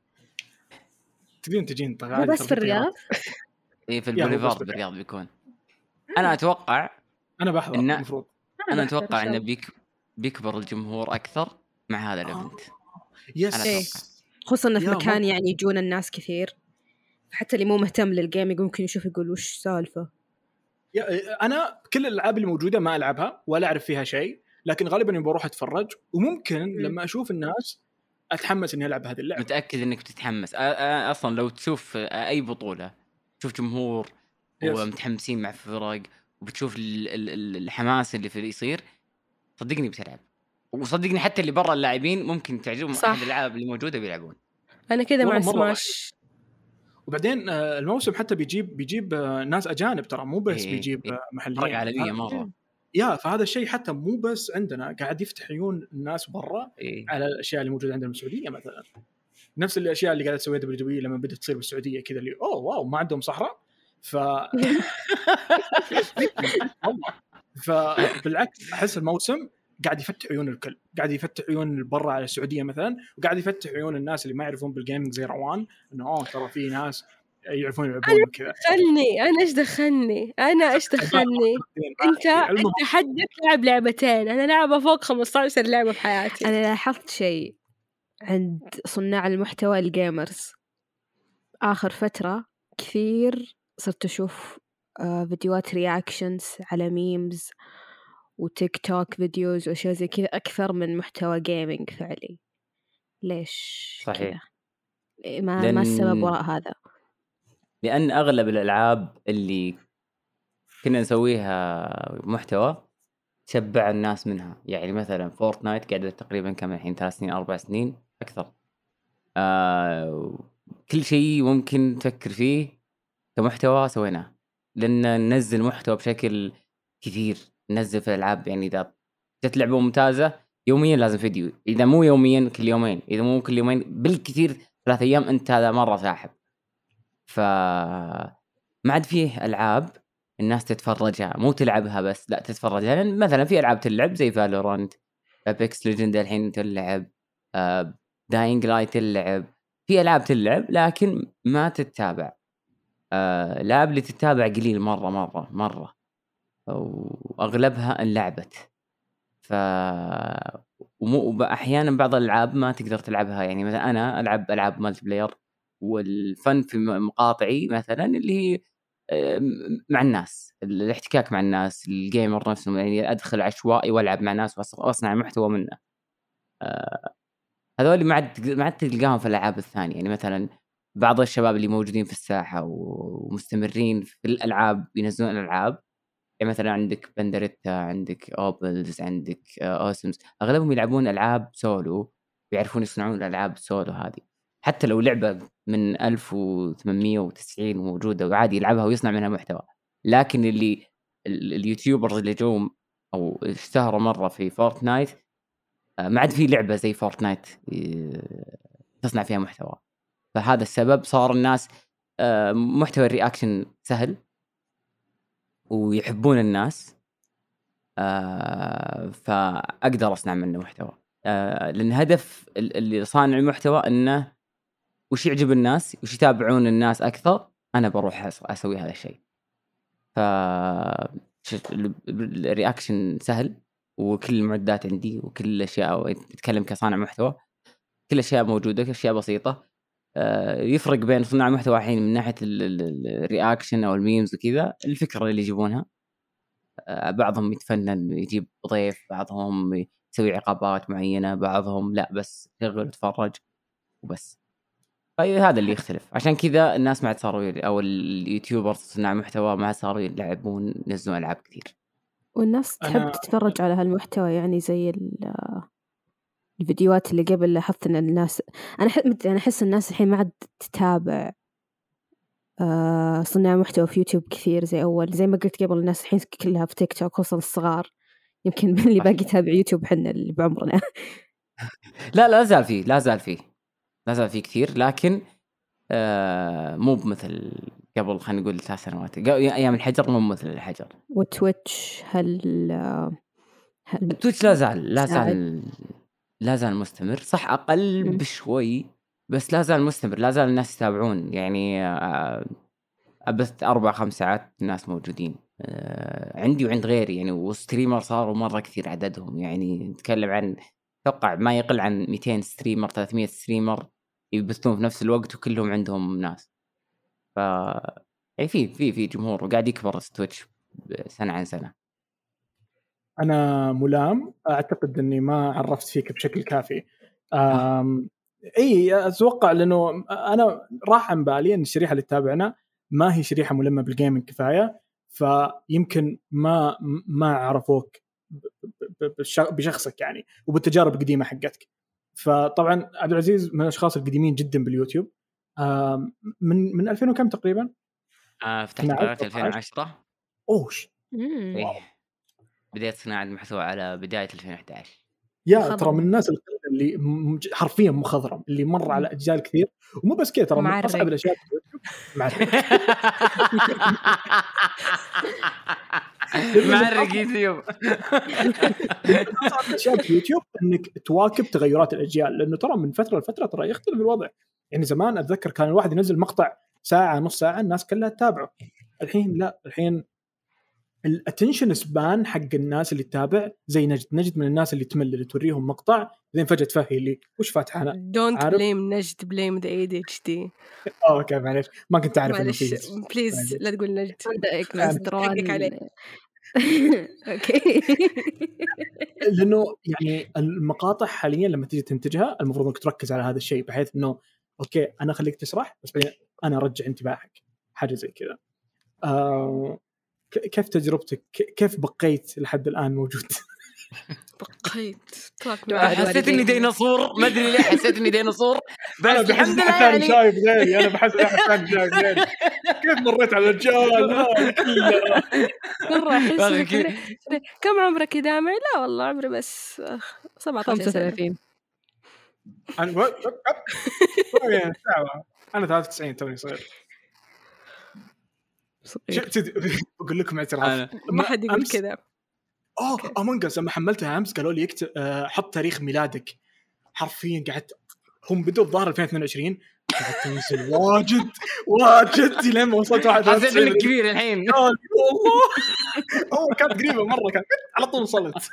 تبين تجين طبعا بس في الرياض؟ إيه في البوليفارد بالرياض بيكون. أنا أتوقع أنا بحضر إن المفروض أنا أتوقع إن بيك بيكبر الجمهور أكثر مع هذا الايفنت. يس إيه. خصوصا في مكان مم. يعني يجون الناس كثير، حتى اللي مو مهتم للجيم ممكن يشوف يقول وش سالفة. انا كل الالعاب اللي موجوده ما العبها ولا اعرف فيها شيء، لكن غالبا يبغى اروح اتفرج، وممكن م. لما اشوف الناس اتحمس اني العب هذه اللعبه. متاكد انك بتتحمس اصلا لو تشوف اي بطوله، تشوف جمهور ومتحمسين مع فرق وبتشوف الحماس اللي في اللي يصير، صدقني بتلعب. وصدقني حتى اللي برا اللاعبين ممكن تعجبهم احد الالعاب اللي موجوده بيلعبون. انا كذا مع سماش. وبعدين الموسم حتى بيجيب بيجيب ناس اجانب ترى، مو بس إيه بيجيب إيه محليين، فرق عالميه مره. يا فهذا الشيء حتى مو بس عندنا، قاعد يفتح عيون الناس برا إيه. على الاشياء اللي موجوده عندنا بالسعوديه مثلا. نفس الاشياء اللي قاعده تسويها دبليو لما بدات تصير بالسعوديه كذا، اللي اوه واو ما عندهم صحراء. ف فبالعكس احس الموسم قاعد يفتح عيون الكل، قاعد يفتح عيون برا على السعوديه مثلا، وقاعد يفتح عيون الناس اللي ما يعرفون بالجيمنج زي روان، انه اه ترى في ناس يعرفون يلعبون كذا. دخلني انا ايش دخلني انا ايش دخلني انت انت حدك لعب لعبتين، انا لعبه فوق خمسة عشر لعبه في حياتي. انا لاحظت شيء عند صناع المحتوى الجيمرز اخر فتره كثير، صرت اشوف فيديوهات رياكشنز على ميمز وتيك توك فيديوز واشياء زي كذا اكثر من محتوى جيمنج فعلي. ليش صحيح كذا؟ ما لأن... ما السبب وراء هذا؟ لأن أغلب الألعاب اللي كنا نسويها محتوى تشبع الناس منها. يعني مثلا فورتنايت قاعدة تقريبا كم الحين، ثلاث سنين أربع سنين أكثر. آه... كل شيء ممكن تفكر فيه كمحتوى سويناه، لأن ننزل محتوى بشكل كثير. ننزل في الألعاب، يعني إذا جت لعبة ممتازة يوميا لازم فيديو، إذا مو يوميا كل يومين، إذا مو كل يومين بالكثير ثلاث أيام، أنت هذا مرة ساحب. فما عاد فيه ألعاب الناس تتفرجها، مو تلعبها بس، لا تتفرجها. لأن مثلا في ألعاب تلعب زي فالورانت، أبيكس ليجند الحين تلعب، داينج لايت تلعب، في ألعاب تلعب لكن ما تتابع. الألعاب اللي تتابع قليل مرة مرة مرة، وأغلبها انلعبت. ف ومو أحيانا بعض الألعاب ما تقدر تلعبها. يعني مثلا أنا ألعب ألعاب مالتي بلاير، والفن في مقاطعي مثلا اللي هي مع الناس، الاحتكاك مع الناس، الجيمر نفسهم، يعني أدخل عشوائي وألعب مع ناس وأصنع محتوى منه. هذول ما عاد ما عاد تلقاهم في الألعاب الثانية. يعني مثلا بعض الشباب اللي موجودين في الساحة ومستمرين في الألعاب ينزلون الألعاب، يعني مثلا عندك بندريتا، عندك أوبلز، عندك أوسمز، أغلبهم يلعبون ألعاب سولو، بيعرفون يصنعون الألعاب سولو هذه. حتى لو لعبة من ألف وثمانمية وتسعين موجودة وعادي يلعبها ويصنع منها محتوى. لكن اللي اليوتيوبرز اللي جو أو اشتهروا مرة في فورتنايت، ما عاد في لعبة زي فورتنايت تصنع فيها محتوى. فهذا السبب صار الناس محتوى الرياكشن سهل ويحبون الناس، فأقدر أصنع منه محتوى. لأن هدف اللي صانع المحتوى أنه وش يعجب الناس، وش يتابعون الناس أكثر، أنا بروح أسوي هذا الشيء. فالرياكشن سهل، وكل المعدات عندي وكل الأشياء، أتكلم كصانع محتوى كل الأشياء موجودة، أشياء بسيطة. يفرق بين صناع محتوى الحين من ناحية الرياكشن أو الميمز وكذا، الفكرة اللي يجيبونها. بعضهم يتفنن يجيب ضيف، بعضهم يسوي عقابات معينة، بعضهم لا بس يشغل يتفرج وبس. هذا اللي يختلف. عشان كذا الناس ما عاد صاروا، أو اليوتيوبرز صناع محتوى ما صاروا يلعبون ينزلون ألعاب كثير، والناس تحب أنا... تتفرج على هالمحتوى. يعني زي الفيديوهات اللي قبل لاحظت ان الناس، انا انا احس الناس الحين ما عاد تتابع آه صناع محتوى في يوتيوب كثير زي اول. زي ما قلت قبل، الناس الحين كلها في تيك توك، خصوصا الصغار. يمكن من اللي باقي يتابع يوتيوب حنا اللي بعمرنا. لا لا زال فيه لا زال فيه لا زال فيه كثير، لكن آه مو بمثل قبل. خلينا نقول ثلاث سنوات ايام الحجر، مو مثل الحجر. وتويتش هل, هل... تويتش لا زال لا زال لا زال مستمر، صح أقل بشوي بس لا زال مستمر، لا زال الناس يتابعون. يعني أبث أربع خمس ساعات الناس موجودين عندي وعند غيري، يعني وستريمر صاروا مرة كثير عددهم. يعني نتكلم عن اتوقع ما يقل عن مئتين ستريمر ثلاثمية ستريمر يبثون في نفس الوقت وكلهم عندهم ناس. ف يعني في في في جمهور وقاعد يكبر تويتش سنه عن سنه. انا ملام اعتقد اني ما عرفت فيك بشكل كافي. أم... اي اتوقع لانه انا راح عن بالي ان الشريحه اللي تتابعنا ما هي شريحه ملمه بالجيمنج كفايه، فيمكن ما ما عرفوك بشخصك يعني وبالتجارب القديمه حقتك. فطبعا عبد العزيز من الاشخاص القديمين جدا باليوتيوب، من من ألفين وكم تقريبا. آه فتحت قناه ألفين وعشرة. اوش إيه. بديت صناعه المحتوى على بدايه ألفين وأحد عشر. يا ترى من الناس اللي حرفيا مخضرم اللي مر على اجيال كثير، ومو بس كذا ترى من اصعب الاشياء في اليوتيوب معرق يوتيوب. اصعب الاشياء في اليوتيوب انك تواكب تغيرات الاجيال، لانه ترى من فتره لفتره ترى يختلف الوضع. يعني زمان اتذكر كان الواحد ينزل مقطع ساعه نص ساعه الناس كلها تتابعه، الحين لا، الحين الاتنشن سبان حق الناس اللي تتابع زي نجد نجد من الناس اللي تمل اللي توريهم مقطع بعدين فجأة تفهي اللي وش فاتح انا. دونت بليم نجد، بليم ذا اي دي اتش دي. اوكي معليش ما كنت اعرف انه فيه بليز لا تقول نجد حقك عليه. اوكي لانه يعني المقاطع حاليا لما تيجي تنتجها المفروض انك تركز على هذا الشيء، بحيث انه اوكي انا اخليك تشرح بس بعدين انا ارجع انتباهك، حاجه زي كذا. آه كيف تجربتك؟ كيف بقيت لحد الآن موجود؟ بقيت حسيت إني ديناصور، ما أدري ليه حسيت إني ديناصور، بس الحمد لله يعني شايف غيري. أنا بحس أحد ثاني شايف غيري. كيف مريت على الرجال هذا كله؟ مرة أحس كم عمرك يا دامع؟ لا والله عمري بس سبعة عشر خمسة وثلاثين. أنا أنا ثلاثة وتسعين توني صغير. بقول لكم اعتراف ما حد يقول كذا. اوه امونج اس لما حملتها امس قالوا لي يكتب أه حط تاريخ ميلادك، حرفيا قعدت هم بدوا الظاهر ألفين واثنين وعشرين قعدت تنزل واجد واجد لين ما وصلت واحد حسيت انك كبير الحين. والله هو كانت قريبه مره، كانت على طول وصلت.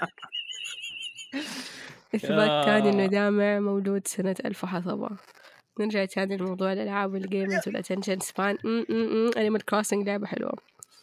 اثبات ثاني انه دامع موجود سنه ألف وحصبه. نرجع تاني لموضوع الالعاب والجيمز والاتنشن سبان. امم انيمال كروسنج لعبه حلوه.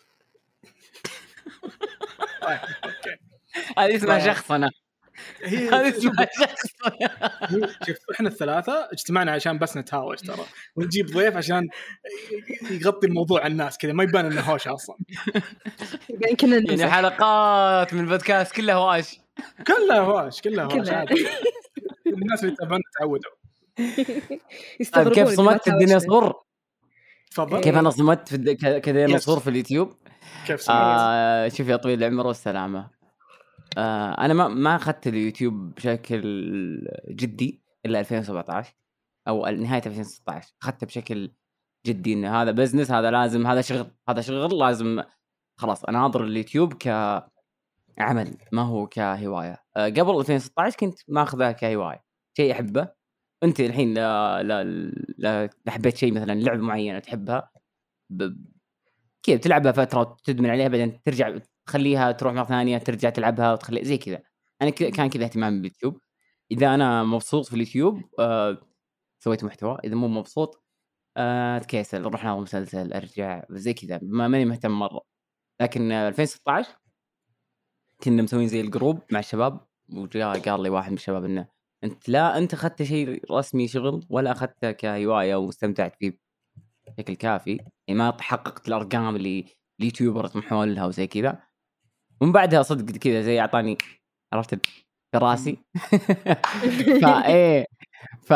هذه اسمها شخصنة. هذه اسمها شخصنة. شوف احنا الثلاثة اجتمعنا عشان بس نتهاوش ترى، ونجيب ضيف عشان يغطي الموضوع على الناس كذا ما يبان انه هوش اصلا. يعني حلقات من البودكاست كلها هواش كلها هواش كلها هواش عادي. الناس اللي تبون تعودوا. كيف صمت الديناصور؟ تفضل. كيف انا صمت كديناصور في اليوتيوب؟ كيف صمت؟ آه شوف يا طويل العمر والسلامة، آه انا ما ما اخذت اليوتيوب بشكل جدي الا ألفين وسبعة عشر او نهايه ألفين وستة عشر. اخذته بشكل جدي ان هذا بزنس، هذا لازم، هذا شغل، هذا شغل لازم خلاص انا اضر اليوتيوب كعمل ما هو كهوايه. آه قبل ألفين وستة عشر كنت ماخذه كهوايه، شيء احبه. انت الحين لا لا لا حبيت شيء مثلا لعبه معينه تحبها ب... كيف تلعبها فتره وتدمن عليها بعدين ترجع تخليها تروح مرة ثانية ترجع تلعبها وتخلي زي كذا. أنا ك... كان كذا اهتمام باليوتيوب. إذا أنا مبسوط في اليوتيوب آه... سويت محتوى، إذا مو مبسوط آه... تكيسل روح ناظر مسلسل أرجع زي كذا، ما ماني مهتم مرة. لكن ألفين وستة عشر كنا مسوين زي الجروب مع الشباب، وجاء قال لي واحد من الشباب إنه أنت لا أنت أخذت شيء رسمي شغل ولا أخذته كهواية واستمتعت فيه بشكل كافي، يعني ما تحققت الأرقام اللي اليوتيوبر يطمحون لها وزي كذا. ومن بعدها صدق كذا زي أعطاني عرفت في راسي فايه ف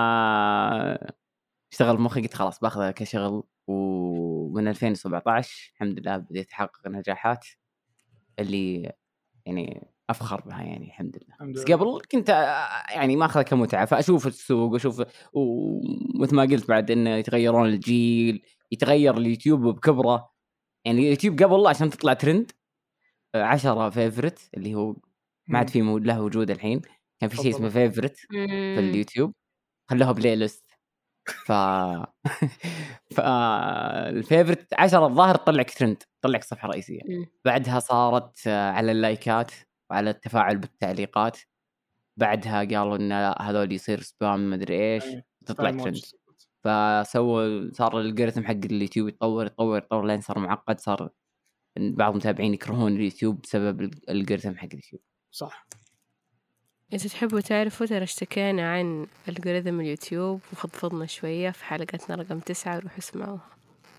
اشتغل مخي قلت خلاص باخذها كشغل. ومن ألفين وسبعة عشر الحمد لله بديت أحقق نجاحات اللي يعني أفخر بها يعني الحمد لله. بس قبل كنت يعني ما أخذها كمتعة، فأشوف السوق وأشوف ومثل ما قلت بعد إنه يتغيرون الجيل، يتغير اليوتيوب بكبره. يعني اليوتيوب قبل عشان تطلع ترند عشرة فيفرت اللي هو ما عاد فيه له وجود الحين، كان في شيء اسمه فيفرت في اليوتيوب خلوها بلاي ليست. ف ف الفيفرت عشرة الظاهر طلعك ترند، طلعك صفحة رئيسية. بعدها صارت على اللايكات وعلى التفاعل بالتعليقات، بعدها قالوا ان هذول يصير سبام مدري ايش تطلع ترند. فسووا صار الالجوريثم حق اليوتيوب يتطور يتطور يتطور لين صار معقد. صار بعض المتابعين يكرهون اليوتيوب بسبب الالجوريثم حق اليوتيوب. صح. إذا تحبوا تعرفوا ترى اشتكينا عن الجوريثم اليوتيوب وخفضنا شوية في حلقتنا رقم تسعة، روحوا اسمعوها.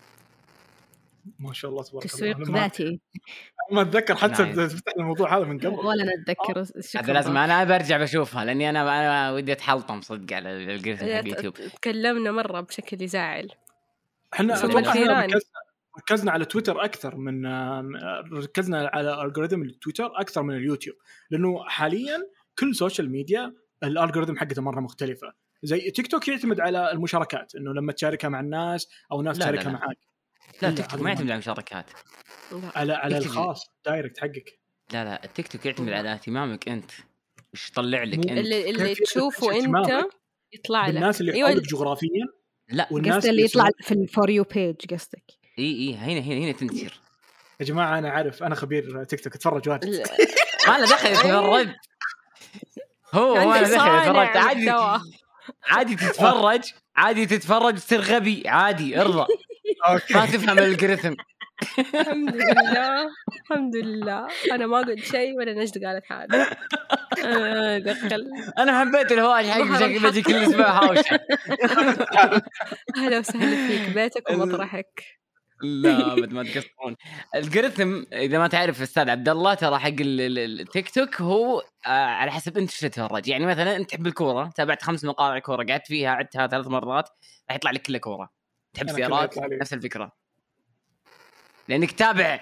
ما شاء الله تبارك الله. تسويق ذاتي. ما اتذكر حتى فتح الموضوع هذا من قبل ولا نتذكر. هذا لازم انا برجع بشوفها لاني انا انا ودي اتحلطم صدق على الجوريثم حق اليوتيوب. تكلمنا مرة بشكل يزعل. احنا اتوقع ركزنا على تويتر اكثر من ركزنا على الجوريثم التويتر اكثر من اليوتيوب، لانه حاليا كل سوشيال ميديا الالجوريثم حقته مره مختلفه. زي تيك توك يعتمد على المشاركات، انه لما تشاركها مع الناس او ناس تشاركها معاك. لا تيك توك ما يعتمد على المشاركات، على على الخاص دايركت حقك. لا لا التيك توك يعتمد على اهتمامك انت، ايش يطلع لك انت اللي, اللي تشوفه انت يطلع لك. الناس اللي حولك جغرافيا. لا والناس اللي يطلع في الفور يو بيج قصدك. اي اي هنا هنا هنا تنتشر. يا جماعه انا عارف انا خبير تيك توك اتفرج واجد. ما له دخل يتفرج هو ما له دخل يتفرج. عادي عادي تتفرج عادي تتفرج تصير غبي عادي ارضى. ما تفهم الالجوريثم. الحمد لله الحمد لله انا ما قلت شيء ولا نجد قالت حاجه. انا دخل انا حبيت الهواش حق بشكل بجي كل اسبوع هاوشه. اهلا وسهلا فيك بيتك ومطرحك. لا ابد ما تقصرون. الالجوريثم اذا ما تعرف استاذ عبد الله ترى حق التيك توك هو على حسب انت ايش تتفرج. يعني مثلا انت تحب الكوره تابعت خمس مقاطع كوره قعدت فيها عدتها ثلاث مرات راح يطلع لك كل كوره. تحب سيارات نفس الفكره لانك تابع.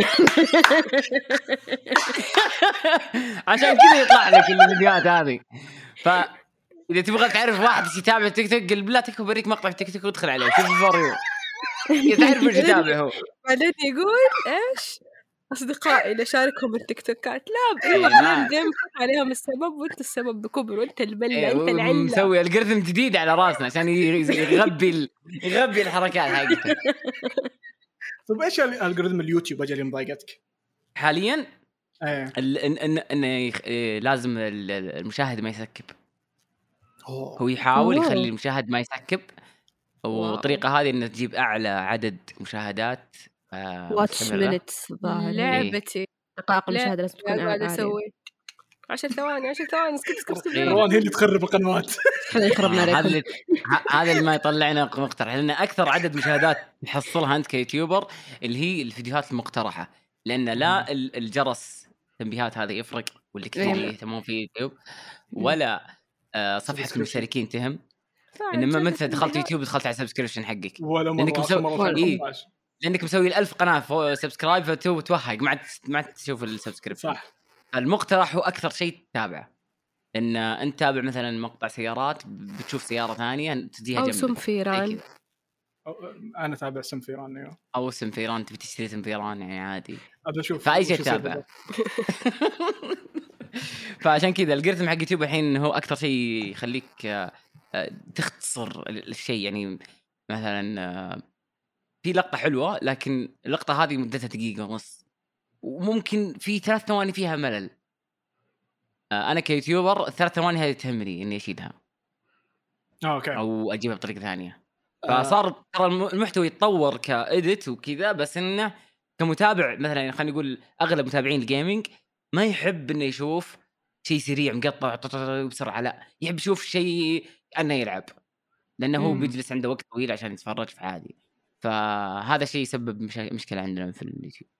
عشان كذا يطلع لك الفيديوهات هذه. فاذا تبغى تعرف واحد يتابع تيك توك قل بالله تكتب بريك مقطع في تيك توك وادخل عليه شوف الفيديو يتعرف ايش يتابع هو. بعدين يقول ايش اصدقائي اللي شاركهم التيك توكات لا ايوه جيم عليهم السبب وانت السبب بكبر وانت البله انت العله. مسوي الجوريثم جديد على راسنا عشان يغبي يغبي الحركات حقته. طيب ايش الالجوريثم اليوتيوب اجل مضايقتك حاليا؟ ايه ان ان ان لازم المشاهد ما يسكب. أوه. هو يحاول أوه. يخلي المشاهد ما يسكب والطريقه هذه انها تجيب اعلى عدد مشاهدات. واتش مينتس لعبتي دقائق المشاهده لازم تكون قاعد اسوي عشر ثواني عشر ثواني سكيب سكيب سكيب. روان هي اللي تخرب القنوات. احنا يخربنا عليكم. هذا اللي ما يطلعنا مقترح لان اكثر عدد مشاهدات تحصلها انت كيوتيوبر اللي هي الفيديوهات المقترحه لان لا الجرس تنبيهات هذا يفرق واللي كثير يهتمون في يوتيوب ولا صفحه المشتركين تهم. انما مثلا دخلت يوتيوب دخلت على سبسكريبشن حقك لانك مسوي إيه؟ لانك مسوي الألف قناه سبسكرايب فتوهق ما ما تشوف السبسكريبشن. صح. المقترح هو اكثر شيء تتابعه ان انت تابع مثلا مقطع سيارات بتشوف سياره ثانيه تجيها جنبك او سنفيران. انا تابع سنفيران ايوه او سنفيران تبي تشتري سنفيران يعني عادي ابى اشوف فاي شيء تتابع. فعشان كذا الجوريثم حق يوتيوب الحين هو اكثر شيء يخليك تختصر الشيء. يعني مثلا في لقطه حلوه لكن اللقطه هذه مدتها دقيقه ونص وممكن في ثلاث ثواني فيها ملل. انا كيوتيوبر الثلاث ثواني هذه تهمني اني اشيلها اوكي او اجيبها بطريقه ثانيه. فصار ترى المحتوى يتطور كإيديت وكذا بس انه كمتابع مثلا خلينا نقول اغلب متابعين الجيمنج ما يحب انه يشوف شيء سريع مقطع بسرعه لا يحب يشوف شيء انه يلعب لانه هو بيجلس عنده وقت طويل عشان يتفرج في عادي. فهذا شيء يسبب مشكله عندنا في اليوتيوب.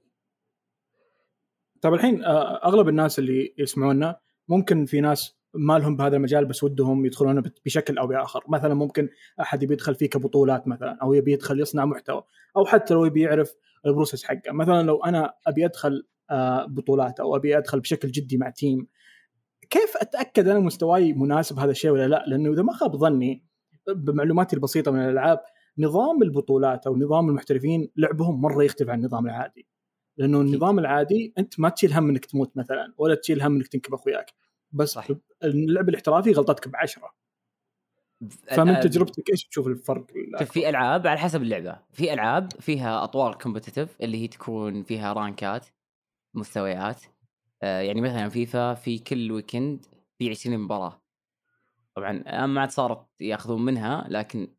طب الحين اغلب الناس اللي يسمعونا ممكن في ناس ما لهم بهذا المجال بس ودهم يدخلون بشكل او باخر. مثلا ممكن احد يبي يدخل فيه كبطولات مثلا او يبي يدخل يصنع محتوى او حتى لو يبي يعرف البروسيس حقه. مثلا لو انا ابي ادخل بطولات او ابي ادخل بشكل جدي مع تيم كيف اتاكد انا مستواي مناسب هذا الشيء ولا لا؟ لانه اذا ما خاب ظني بمعلوماتي البسيطه من الالعاب نظام البطولات او نظام المحترفين لعبهم مره يختلف عن النظام العادي. لانه النظام العادي انت ما تشيل هم انك تموت مثلا ولا تشيل هم انك تنكب اخوياك بس صح. اللعب الاحترافي غلطتك بعشرة. فمن تجربتك ايش تشوف الفرق؟ في العاب على حسب اللعبه. في العاب فيها اطوار كومبتيتيف اللي هي تكون فيها رانكات مستويات. آه يعني مثلا فيفا في كل ويكند في عشرين مباراة. طبعا ما عاد صارت ياخذون منها، لكن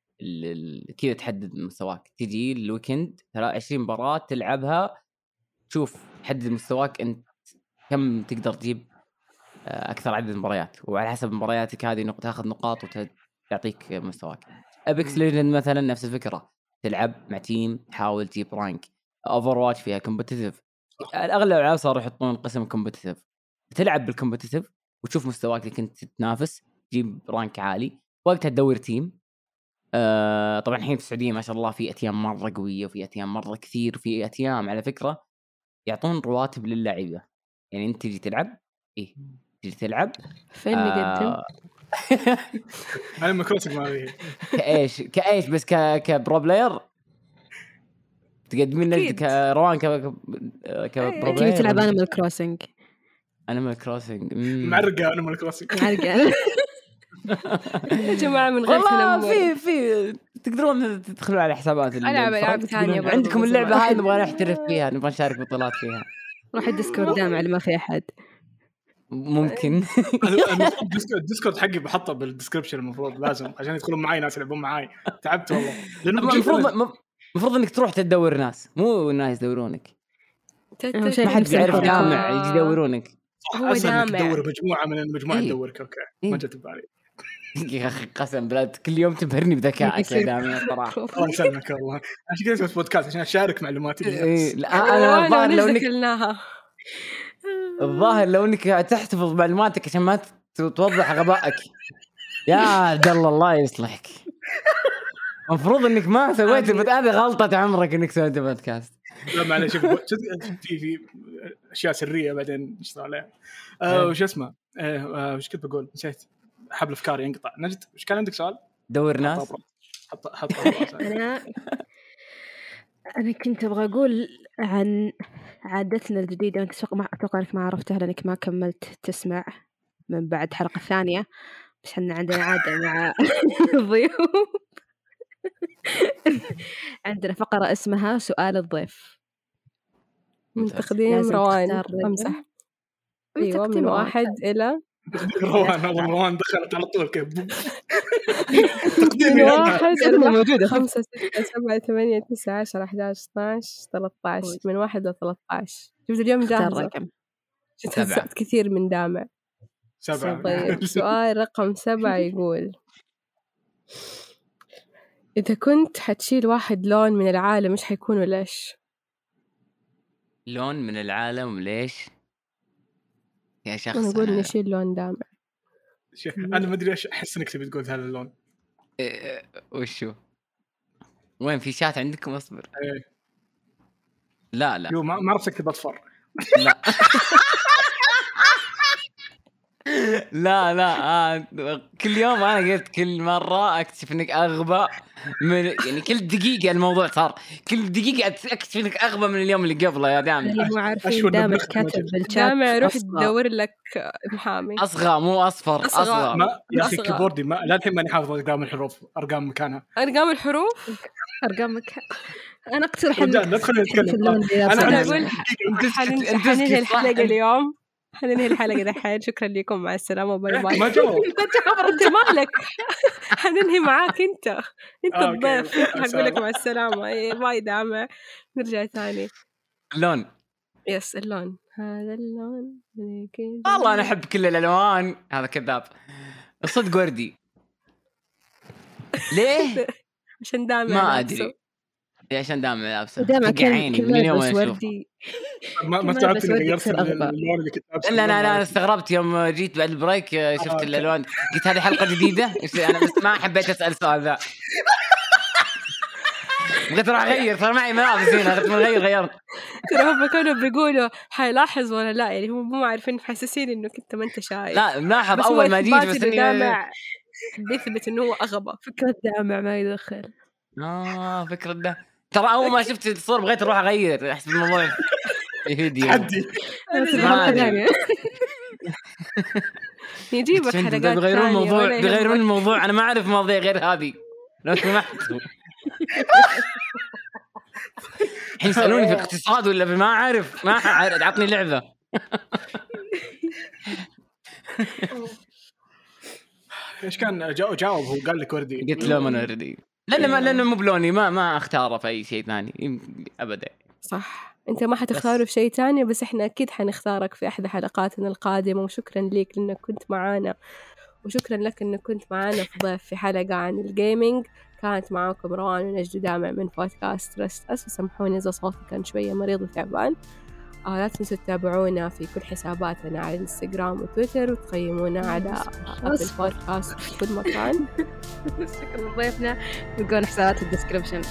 كذا تحدد مستواك. تجي الويكند عشرين مباراة تلعبها، شوف تحدد مستواك انت كم تقدر تجيب اكثر عدد مباريات، وعلى حسب مبارياتك هذه نقطة تاخذ نقاط وتعطيك مستواك. ابيكس ليجند مثلا نفس الفكرة، تلعب مع تيم تحاول تجيب رانك. اوفر واتش فيها كومبتيتيف، اغلب الالعاب صاروا يحطون قسم كومبتيتيف، تلعب بالكومبتيتيف وتشوف مستواك اللي كنت تتنافس تجيب رانك عالي، وقتها تدور تيم. آه طبعا الحين في السعودية ما شاء الله في اتيام مرة قوية وفي اتيام مرة كثير، وفي اتيام على فكرة يعطون رواتب للاعبين. يعني انت تجي تلعب ايه تجي تلعب فين نقدم انا مكروسك ما هي كايش كايش بس ك كبرو بلاير تقدمين لك كروان ك كبرو بلاير. تلعب انيمال كروسنج انيمال كروسنج معرقه انيمال كروسنج معرقه يا جماعه من غير تنمر. في في تقدرون تدخلون على حسابات العاب العاب ثانيه عندكم اللعبه هاي نبغى نحترف فيها، نبغى نشارك بطولات فيها. روح الديسكورد دامع اللي ما في احد ممكن. المفروض الديسكورد حقي بحطه بالديسكربشن، المفروض لازم عشان يدخلون معي ناس يلعبون معي. تعبت والله، لانه المفروض المفروض انك تروح تدور ناس، مو الناس يدورونك. ما حد يعرف دامع يجي يدورونك. هو دامع تدور مجموعه من المجموعه تدورك. اوكي ما جت ببالي يا اخي قسم بالله كل يوم تبهرني بذكائك يا دامع صراحه. الله يسلمك والله، عشان كذا اسوي بودكاست عشان اشارك معلوماتي للناس. لا انا لو انك قلناها الظاهر لو انك تحتفظ معلوماتك عشان ما توضح غبائك. يا عبد الله الله يصلحك، المفروض انك ما سويت هذه غلطه عمرك انك سويت بودكاست. لا معلش، في في اشياء سريه بعدين نشتغل عليها. آه وش اسمه آه وش كنت بقول نسيت، حبل افكاري ينقطع. نجد وش كان عندك سؤال؟ دور ناس. حط حط انا انا كنت ابغى اقول عن عادتنا الجديده، وانت اتوقع اتوقع انك ما عرفتها لانك ما كملت تسمع من بعد الحلقه الثانيه، بس احنا عندنا عاده مع الضيوف عندنا فقره اسمها سؤال الضيف. من تقديم روان امسح. ايوه من واحد الى روان. روان دخلت على طول كيف من واحد إلى موجودة خمسة ستة سبعة ثمانية تسعة عشرة أحد عشر اثنا عشر ثلاثة عشر من واحد إلى ثلاثة عشر. شفت اليوم جاهزة سبعة كثير من دامع. سبعة. طيب سؤال رقم سبعة يقول إذا كنت حتشيل واحد لون من العالم إيش حيكون وليش؟ لون من العالم ليش؟ يا شخص أنا أقول نشيل لون دامع. أنا ما أدري إيش أحس إنك تبي تقول هذا اللون. إيه وشو؟ وين في شات عندكم أصبر؟ إيه. لا لا. يو ما ما عرفت أكتب أصفر. لا. لا لا آه. كل يوم أنا قلت كل مرة أكتشف إنك أغبى من يعني كل دقيقة الموضوع صار كل دقيقة أكتشف إنك أغبى من اليوم اللي قبله يا دامع. اللي مو عارفين دامع كاتب بالشات دامع روح تدور لك محامي. أصغى مو أصفر أصغى, أصغى. ما يا أخي كيبوردي ما لا الحين ماني حافظ أرقام الحروف أرقام مكانها أرقام الحروف أرقام مكان. أنا أقترح إن ندخل نتكلم. أنا أقول حننهي الحلقة اليوم حننهي الحلقة دحين. شكرا لكم مع السلامة باي باي. ما جاوب أنت مالك حننهي معاك أنت أنت الضيف حنقول لك مع السلامة باي دامع. نرجع ثاني. اللون يس اللون هذا اللون والله أنا أحب كل الألوان. هذا كذاب الصدق وردي. ليه؟ عشان دامع ما أدري عشان دامع لابسه دامع عيني من اليوم وردي. ما ما استوعبت اني غيرت اللون اللي كنت لابسه. لا لا انا استغربت يوم جيت بعد البريك شفت آه الالوان قلت هذه حلقه جديده. انا بس ما حبيت اسال السؤال ذا. قلت راح اغير صار معي ملابس هنا قلت اغير غيرت. ترى هم كانوا بيقولوا حيلاحظ ولا لا يعني هم مو عارفين حاسسين انه كنت ما انت شايف. لا ملاحظ اول ما جيت بس اني دامع بيثبت انه هو اغبى. فكره دامع ما يدخل. اه فكره ده ترى اول ما شفت الصور بغيت اروح اغير احس الموضوع فيديو حدي يجيبك حلقات ثانيه بغيرون الموضوع بغيرون الموضوع. انا ما اعرف مواضيع غير هذه لو سمحتوا. الحين يسالوني في اقتصاد ولا ما اعرف ما اعرف عطني لعبه. ايش كان جاوب جاوب هو قال لك وردي. قلت له من وردي لأنه ما لأنه مو بلوني ما ما اختاره في أي شيء ثاني أبدا. صح انت ما حتختاره في شيء تاني بس احنا اكيد حنختارك في احدى حلقاتنا القادمة. وشكرا لك لانك كنت معانا وشكرا لك انك كنت معانا في ضيف في حلقة عن الجيمينج. كانت معاكم روان ونجد دامع من بودكاست رست أس. وسامحوني إذا صوتي كان شوية مريض وتعبان. آه لا تنسوا تتابعونا في كل حساباتنا على الانستغرام وتويتر وتقيمونا على أبل بودكاست في كل مكان. شكرا لضيفنا نلقون حسابات في الديسكريبشن.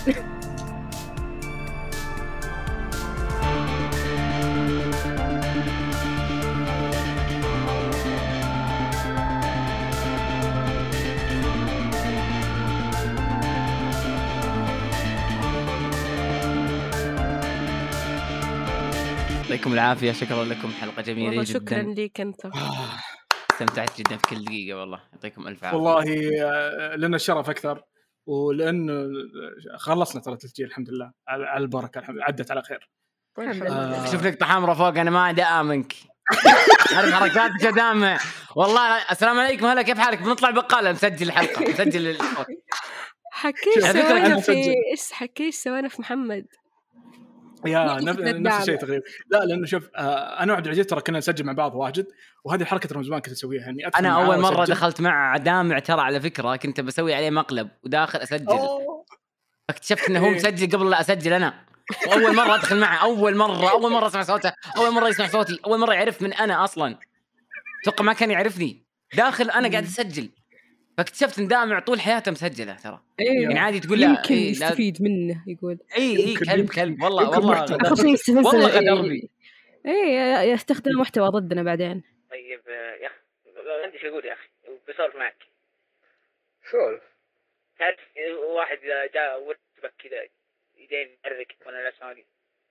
يعطيكم العافية. شكرا لكم حلقة جميلة جدا. شكرا لك أنت. استمتعت جدا في كل دقيقة والله. يعطيكم ألف عافية. والله لنا الشرف أكثر ولأن خلصنا ترى تسجيل الحمد لله على البركة الحمد لله عدت على خير. آه. شوف لك طحامرة فوق أنا ما عاد آمنك. عارف حركاتك يا دامع والله. السلام عليكم هلا كيف حالك؟ بنطلع بقالة نسجل الحلقة نسجل الصوت. حكيش سوينا في إيش حكيش سوينا في محمد يا نفس الشيء تقريبا. لا لانه شوف آه انا وعبد العزيز ترى كنا نسجل مع بعض واجد وهذه الحركه ترى من زمان كنت اسويها يعني. انا اول مره دخلت مع دامع ترى على فكره كنت بسوي عليه مقلب وداخل اسجل أوه. اكتشفت انه هو مسجل قبل لا اسجل انا. واول مره ادخل معه اول مره اول مره اسمع صوته اول مره يسمع صوتي اول مره يعرف من انا اصلا. اتوقع ما كان يعرفني داخل انا قاعد اسجل فاكتشفت ان دامع طول حياته مسجله ترى. إيه يعني عادي تقول له يمكن إيه يستفيد منه يقول اي اي كلب كلب والله والله والله غدرني. ايه يستخدم محتوى ضدنا بعدين. طيب يا اخي عندي شيء اقول يا اخي بسولف معك. سولف. تعرف واحد جاء ورتبك كذا يدين يحرك وانا لا اسمعني.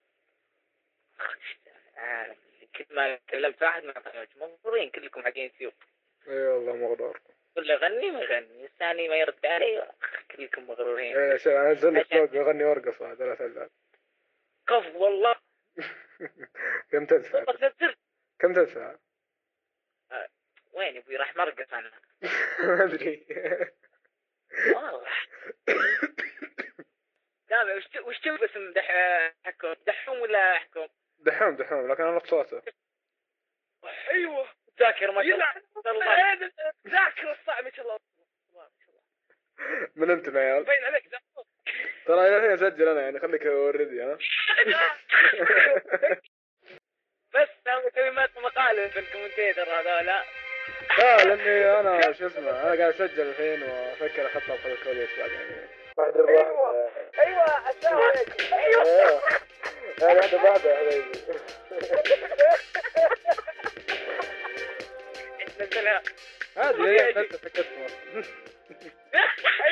كل ما كلمت واحد ما طلعت مغرورين كلكم حقين سيوف. اي والله مغرور. كله يغني ما يغني الثاني ما يرد علي كلكم مغرورين. ايه شو انزل لك فوق يغني وارقص هذا لا تزعل. كف والله. كم تدفع؟ كم تدفع؟ أه وين ابوي راح مرقص انا. ما ادري. والله. لا وش وش تبغى اسم دح حكم دحوم ولا حكم؟ دحوم دحوم لكن انا صوته. ايوه ذاكر ما شاء الله. ذاكر الصعب ما شاء الله. من انت معيال؟ باين عليك ترى الحين اسجل انا يعني خليك اوريدي ها. بس انا اسوي مقالة في الكومنتيتر هذا لا. لا لاني انا شو اسمه انا قاعد اسجل الحين وافكر اخطط في الكوليس بعد يعني. بعد ايوه ايوه السلام عليكم. ايوه انا هذا بعد يا حبيبي. نزلها هذه هي انت فكرت.